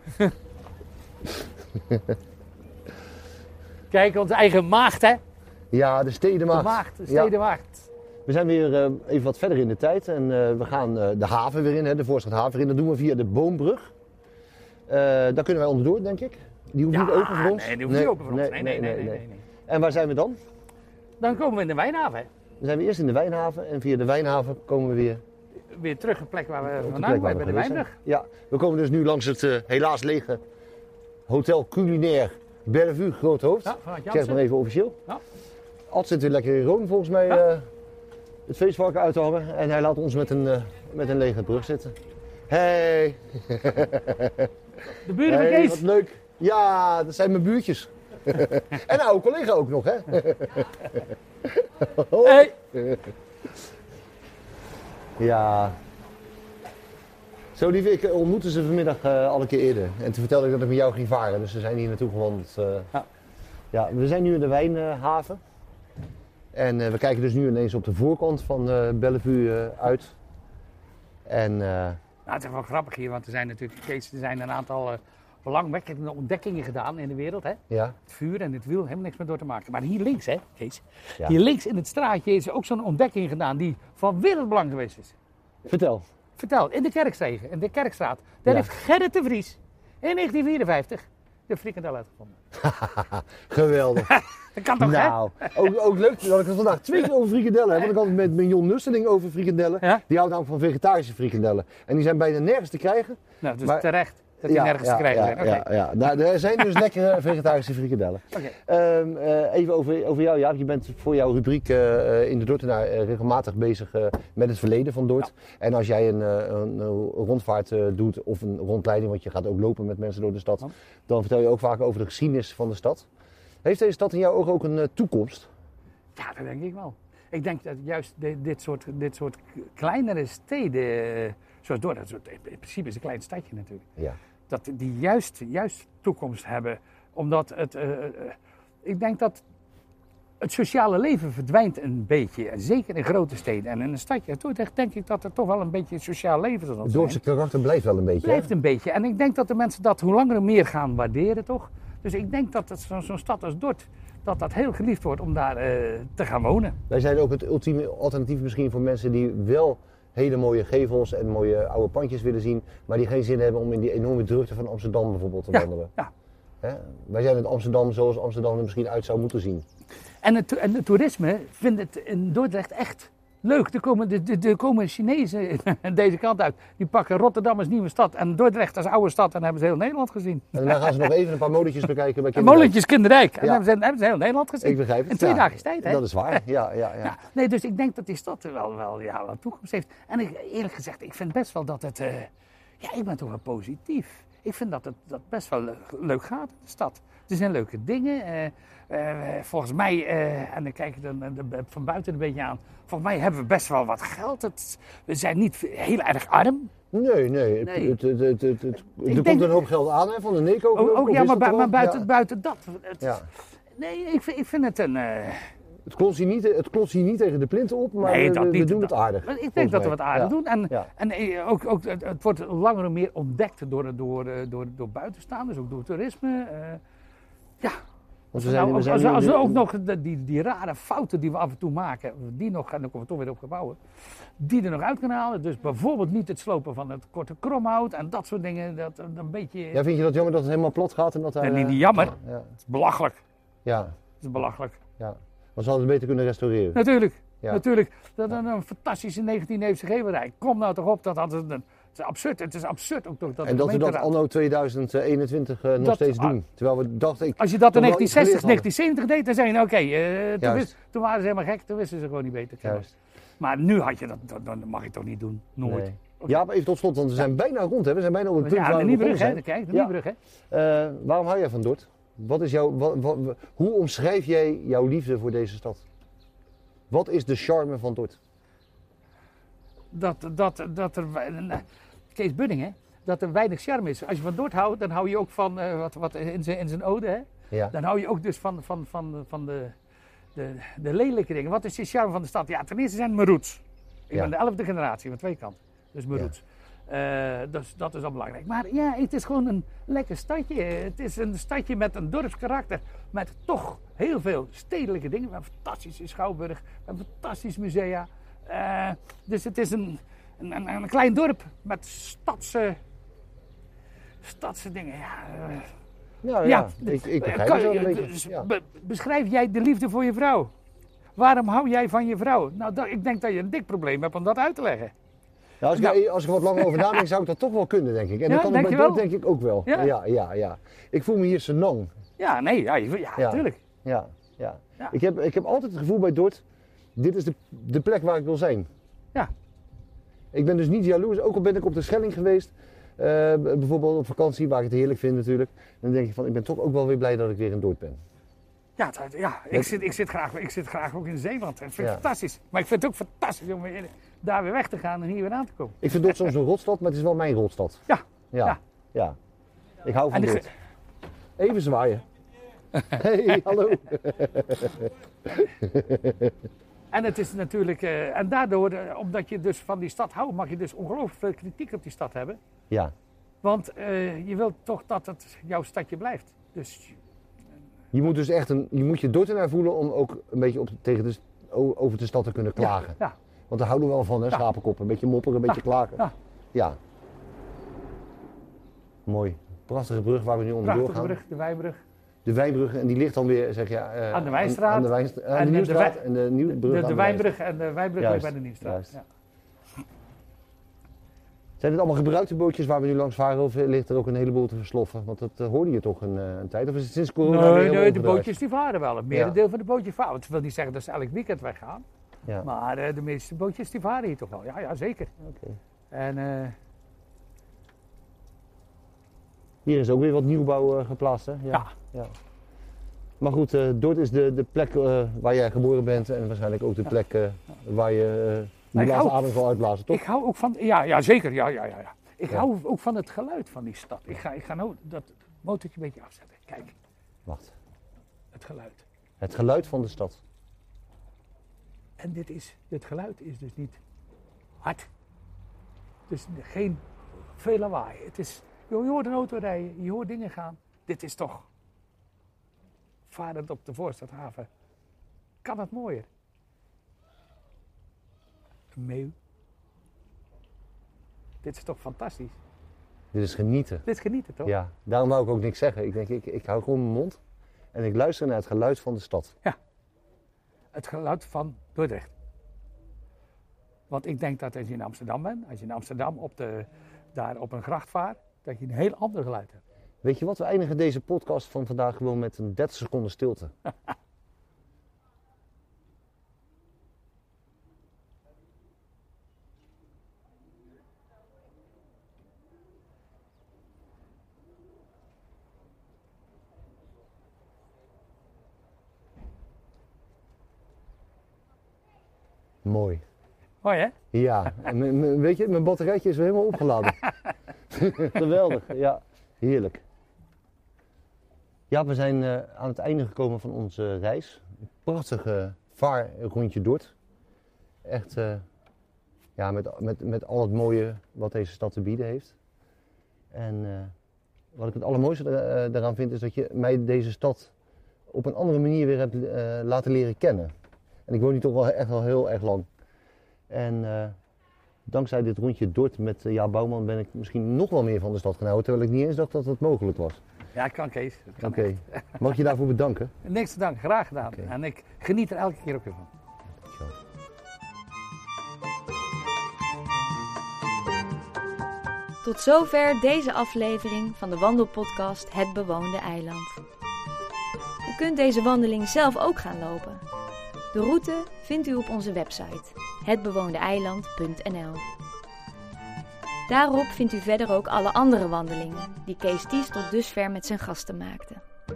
Kijk, onze eigen maagd, hè? Ja, de Stedenmaagd. De maagd, de Ja. stedenmaagd. We zijn weer even wat verder in de tijd en we gaan de haven weer in, hè, de Voorstadhaven in. Dat doen we via de Boombrug. Daar kunnen wij onderdoor, denk ik. Die hoeft niet open voor ons. Nee, die hoeft niet open voor ons. Nee. En waar zijn we dan? Dan komen we in de Wijnhaven. Hè? Dan zijn we eerst in de Wijnhaven en via de Wijnhaven komen we weer Weer terug een plek waar we op de vandaan plek waar komen, we bij de geweest Wijnbrug. zijn. Ja, we komen dus nu langs het helaas lege Hotel Culinair Bellevue Groothoofd. Ja, vanuit Ik zeg het Jansen. maar even officieel. Ja. Ad zit weer lekker in Rome volgens mij Ja. het feestvarken uit te hangen. En hij laat ons met een lege brug zitten. Hey. De buren van Hey, Kees. wat leuk. Ja, dat zijn mijn buurtjes. En een oude collega ook nog, hè? Hey. Ja. Zo lief, ik ontmoette ze vanmiddag al een keer eerder. En toen vertelde ik dat ik met jou ging varen. Dus we zijn hier naartoe gewandeld. Ja. Ja, we zijn nu in de Wijnhaven. En we kijken dus nu ineens op de voorkant van Bellevue uit. En Nou, het is wel grappig hier, want er zijn natuurlijk, Kees, er zijn een aantal belangwekkende ontdekkingen gedaan in de wereld. Hè? ja, Het vuur en het wiel, helemaal niks meer door te maken. Maar hier links, hè, Kees? Ja. Hier links in het straatje is ook zo'n ontdekking gedaan die van wereldbelang geweest is. vertel. Vertel, in de Kerkstraat, daar Ja. heeft Gerrit de Vries in 1954 de frikandel uitgevonden. Geweldig. Dat kan toch, hè? Nou, ook leuk dat ik het vandaag 2 keer over frikandellen heb. Want ik had het met Jon Nusseling over frikandellen. Ja? Die houdt namelijk van vegetarische frikandellen. En die zijn bijna nergens te krijgen. Nou, dus Maar- terecht dat die nergens te krijgen zijn. Oké. Ja. Nou, er zijn dus lekkere vegetarische frikandellen. Oké. Even over jou, Jaap. Je bent voor jouw rubriek in de Dordtenaar regelmatig bezig met het verleden van Dort. En als jij een rondvaart doet of een rondleiding, want je gaat ook lopen met mensen door de stad, Ja. dan vertel je ook vaak over de geschiedenis van de stad. Heeft deze stad in jouw ogen ook een toekomst? Ja, dat denk ik wel. Ik denk dat juist dit soort kleinere steden, zoals Dordrecht, in principe is een klein stadje natuurlijk, Ja. dat die juist toekomst hebben. Omdat ik denk dat het sociale leven verdwijnt een beetje. En zeker in grote steden. En in een stadje als Dordrecht denk ik dat er toch wel een beetje een sociaal leven zal Het zijn. Dordtse karakter blijft wel een beetje. hè? Blijft een beetje. En ik denk dat de mensen dat hoe langer hoe meer gaan waarderen, toch? Dus ik denk dat zo'n stad als Dort, dat heel geliefd wordt om daar te gaan wonen. Wij zijn ook het ultieme alternatief misschien voor mensen die wel hele mooie gevels en mooie oude pandjes willen zien, maar die geen zin hebben om in die enorme drukte van Amsterdam bijvoorbeeld te wandelen. Ja. Hè? Wij zijn het Amsterdam zoals Amsterdam er misschien uit zou moeten zien. En het toerisme vindt het in Dordrecht echt leuk. Er komen Chinezen deze kant uit. Die pakken Rotterdam als nieuwe stad en Dordrecht als oude stad. En dan hebben ze heel Nederland gezien. En daarna gaan ze nog even een paar molentjes bekijken bij En Kinderrijk. molentjes Kinderrijk. En Ja. dan hebben ze heel Nederland gezien. Ik begrijp het. In 2 ja. dagen tijd, hè? Dat is waar, ja. Ja, nee, dus ik denk dat die stad wel een toekomst heeft. En eerlijk gezegd, ik vind best wel dat het... ja, ik ben toch wel positief. Ik vind dat het best wel leuk gaat in de stad. Er zijn leuke dingen. Volgens mij, en dan kijk ik dan van buiten een beetje aan... Volgens mij hebben we best wel wat geld. We zijn niet heel erg arm. Nee. Nee. Er denk- komt een hoop geld aan hè, van de NECO. geloof ik, Ook of ja, is maar, dat er al? buiten dat. Ja. Nee, ik vind het een... Het klotst hier niet tegen de plinten op, maar Nee, dat we niet. doen het aardig. Maar ik denk volgens dat we mij. wat aardig Ja. doen. En, Ja. en ook het wordt langer en meer ontdekt door buitenstaanders, ook door toerisme. Ja. Want Als we ook nog die rare fouten die we af en toe maken, die nog, en dan komen we toch weer op gebouwen, die er nog uit kunnen halen. Dus bijvoorbeeld niet het slopen van het korte kromhout en dat soort dingen. Dat een beetje... Ja, vind je dat jammer dat het helemaal plat gaat? En dat daar, niet jammer. Ja, Het is belachelijk. ja, Het is belachelijk. ja. Maar ze hadden het beter kunnen restaureren. Natuurlijk. Ja. Natuurlijk. Dat een fantastische 19e-eeuwse geverij. Kom nou toch op, het is absurd. Het is absurd ook toch dat En de dat we dat gemeenteraad- anno 2021 nog Dat- steeds doen. Terwijl we dachten, Als je dat in toch wel iets 1960, 1970 deed, dan zei je, Juist. toen waren ze helemaal gek, toen wisten ze gewoon niet beter. Juist. Maar nu had je dat mag je toch niet doen, nooit. Nee. Ja, maar even tot slot, want we zijn bijna rond, hè? We zijn bijna op het punt waar de we Niebrug, begonnen hè? zijn. Kijk, de Niebrug, hè? Waarom hou jij van Dordt? Wat is hoe omschrijf jij jouw liefde voor deze stad? Wat is de charme van Dordt? Dat er... Kees Budding, hè? Dat er weinig charme is. Als je van Dordt houdt, dan hou je ook van, wat in zijn ode, hè? Ja. Dan hou je ook dus van de lelijke dingen. Wat is de charme van de stad? Ja, ten eerste zijn het mijn roots. Ik ben de 11e generatie van twee kanten. Dus mijn roots. Dus dat is al belangrijk. Maar ja, het is gewoon een lekker stadje. Het is een stadje met een dorpskarakter. Met toch heel veel stedelijke dingen. We hebben een fantastische schouwburg. We hebben fantastische musea. Dus het is een klein dorp met stadse dingen. Ik begrijp het wel een beetje. Dus Ja. beschrijf jij de liefde voor je vrouw? Waarom hou jij van je vrouw? Nou, ik denk dat je een dik probleem hebt om dat uit te leggen. Nou, als ik er wat langer over nadenk, zou ik dat toch wel kunnen, denk ik. En dat kan ik bij Dordt denk ik ook wel. Ja. Ik voel me hier senang. Ja, nee, natuurlijk. Ja. Ik heb altijd het gevoel bij Dordt, dit is de plek waar ik wil zijn. Ja. Ik ben dus niet jaloers, ook al ben ik op de Schelling geweest, bijvoorbeeld op vakantie, waar ik het heerlijk vind natuurlijk. Dan denk ik van, ik ben toch ook wel weer blij dat ik weer in Dordt ben. Ja, ik zit graag ook in Zeeland. Dat vind ik fantastisch. Maar ik vind het ook fantastisch om daar weer weg te gaan en hier weer aan te komen. Ik vind Dordt soms een rotstad, maar het is wel mijn rotstad. Ja. Ik hou van Dordt. Even zwaaien. Hey, hallo. En het is natuurlijk, en daardoor, omdat je dus van die stad houdt, mag je dus ongelooflijk veel kritiek op die stad hebben. Ja. Want je wilt toch dat het jouw stadje blijft. Dus... Je moet dus echt je moet je Dordtenaar voelen om ook een beetje over de stad te kunnen klagen. Ja. Want daar houden we wel van, hè, schapenkoppen. Een beetje mopperen, een beetje klagen. Ja. Mooi. Prachtige brug waar we nu onderdoor gaan. Prachtige brug, de Wijnbrug. De Wijnbrug, en die ligt dan weer, zeg je... aan de Wijnstraat. Aan de Nieuwstraat en de Nieuwbrug de Wijnbrug en de Wijnbrug ligt bij de Nieuwstraat. Ja. Zijn het allemaal gebruikte bootjes waar we nu langs varen, of ligt er ook een heleboel te versloffen? Want dat hoorde je toch een tijd, of is het sinds corona Nee, de bootjes die varen wel. Het merendeel van de bootjes varen. Het wil niet zeggen dat ze elk weekend weggaan. Ja. Maar de meeste bootjes die varen hier toch wel. Ja, zeker. Okay. En... Hier is ook weer wat nieuwbouw geplaatst, hè? Ja. Maar goed, Dordt is de plek waar jij geboren bent en waarschijnlijk ook de plek waar je de laatste adem zal uitblazen, toch? Ik hou ook van, ja zeker, ja. Ik hou ook van het geluid van die stad. Ik ga nou dat motortje een beetje afzetten. Kijk. Wacht. Het geluid. Het geluid van de stad. En dit geluid is dus niet hard. Dus geen veel lawaai. Het is... Je hoort een auto rijden, je hoort dingen gaan. Dit is toch, varend op de Voorstadhaven, kan het mooier. Een meeuw. Dit is toch fantastisch? Dit is genieten. Dit is genieten, toch? Ja, daarom wou ik ook niks zeggen. Ik denk, ik hou gewoon mijn mond en ik luister naar het geluid van de stad. Ja, het geluid van Dordrecht. Want ik denk dat als je in Amsterdam bent, als je in Amsterdam daar op een gracht vaart, dat je een heel ander geluid hebt. Weet je wat, we eindigen deze podcast van vandaag gewoon met een 30 seconden stilte. Mooi. Mooi, hè? Ja, weet je, mijn batterijtje is weer helemaal opgeladen. Geweldig, ja, heerlijk. Ja, we zijn aan het einde gekomen van onze reis. Een prachtige vaarrondje Dordt. Echt, met al het mooie wat deze stad te bieden heeft. En wat ik het allermooiste daaraan vind, is dat je mij deze stad op een andere manier weer hebt laten leren kennen. En ik woon hier toch wel echt al heel erg lang. En dankzij dit rondje Dordt met Jaap Bouwman ben ik misschien nog wel meer van de stad gaan houden, terwijl ik niet eens dacht dat het mogelijk was. Ja, kan Kees. Oké. Mag ik je daarvoor bedanken? Niks te danken, graag gedaan. Okay. En ik geniet er elke keer ook weer van. Dankjewel. Tot zover deze aflevering van de wandelpodcast Het Bewoonde Eiland. U kunt deze wandeling zelf ook gaan lopen. De route vindt u op onze website hetbewoondeeiland.nl. Daarop vindt u verder ook alle andere wandelingen die Kees Ties tot dusver met zijn gasten maakte.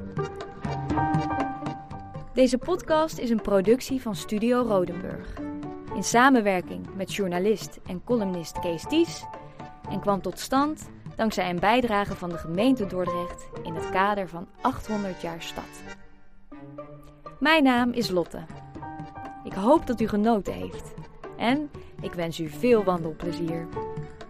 Deze podcast is een productie van Studio Rodenburg. In samenwerking met journalist en columnist Kees Ties en kwam tot stand dankzij een bijdrage van de gemeente Dordrecht in het kader van 800 jaar stad. Mijn naam is Lotte. Ik hoop dat u genoten heeft en ik wens u veel wandelplezier.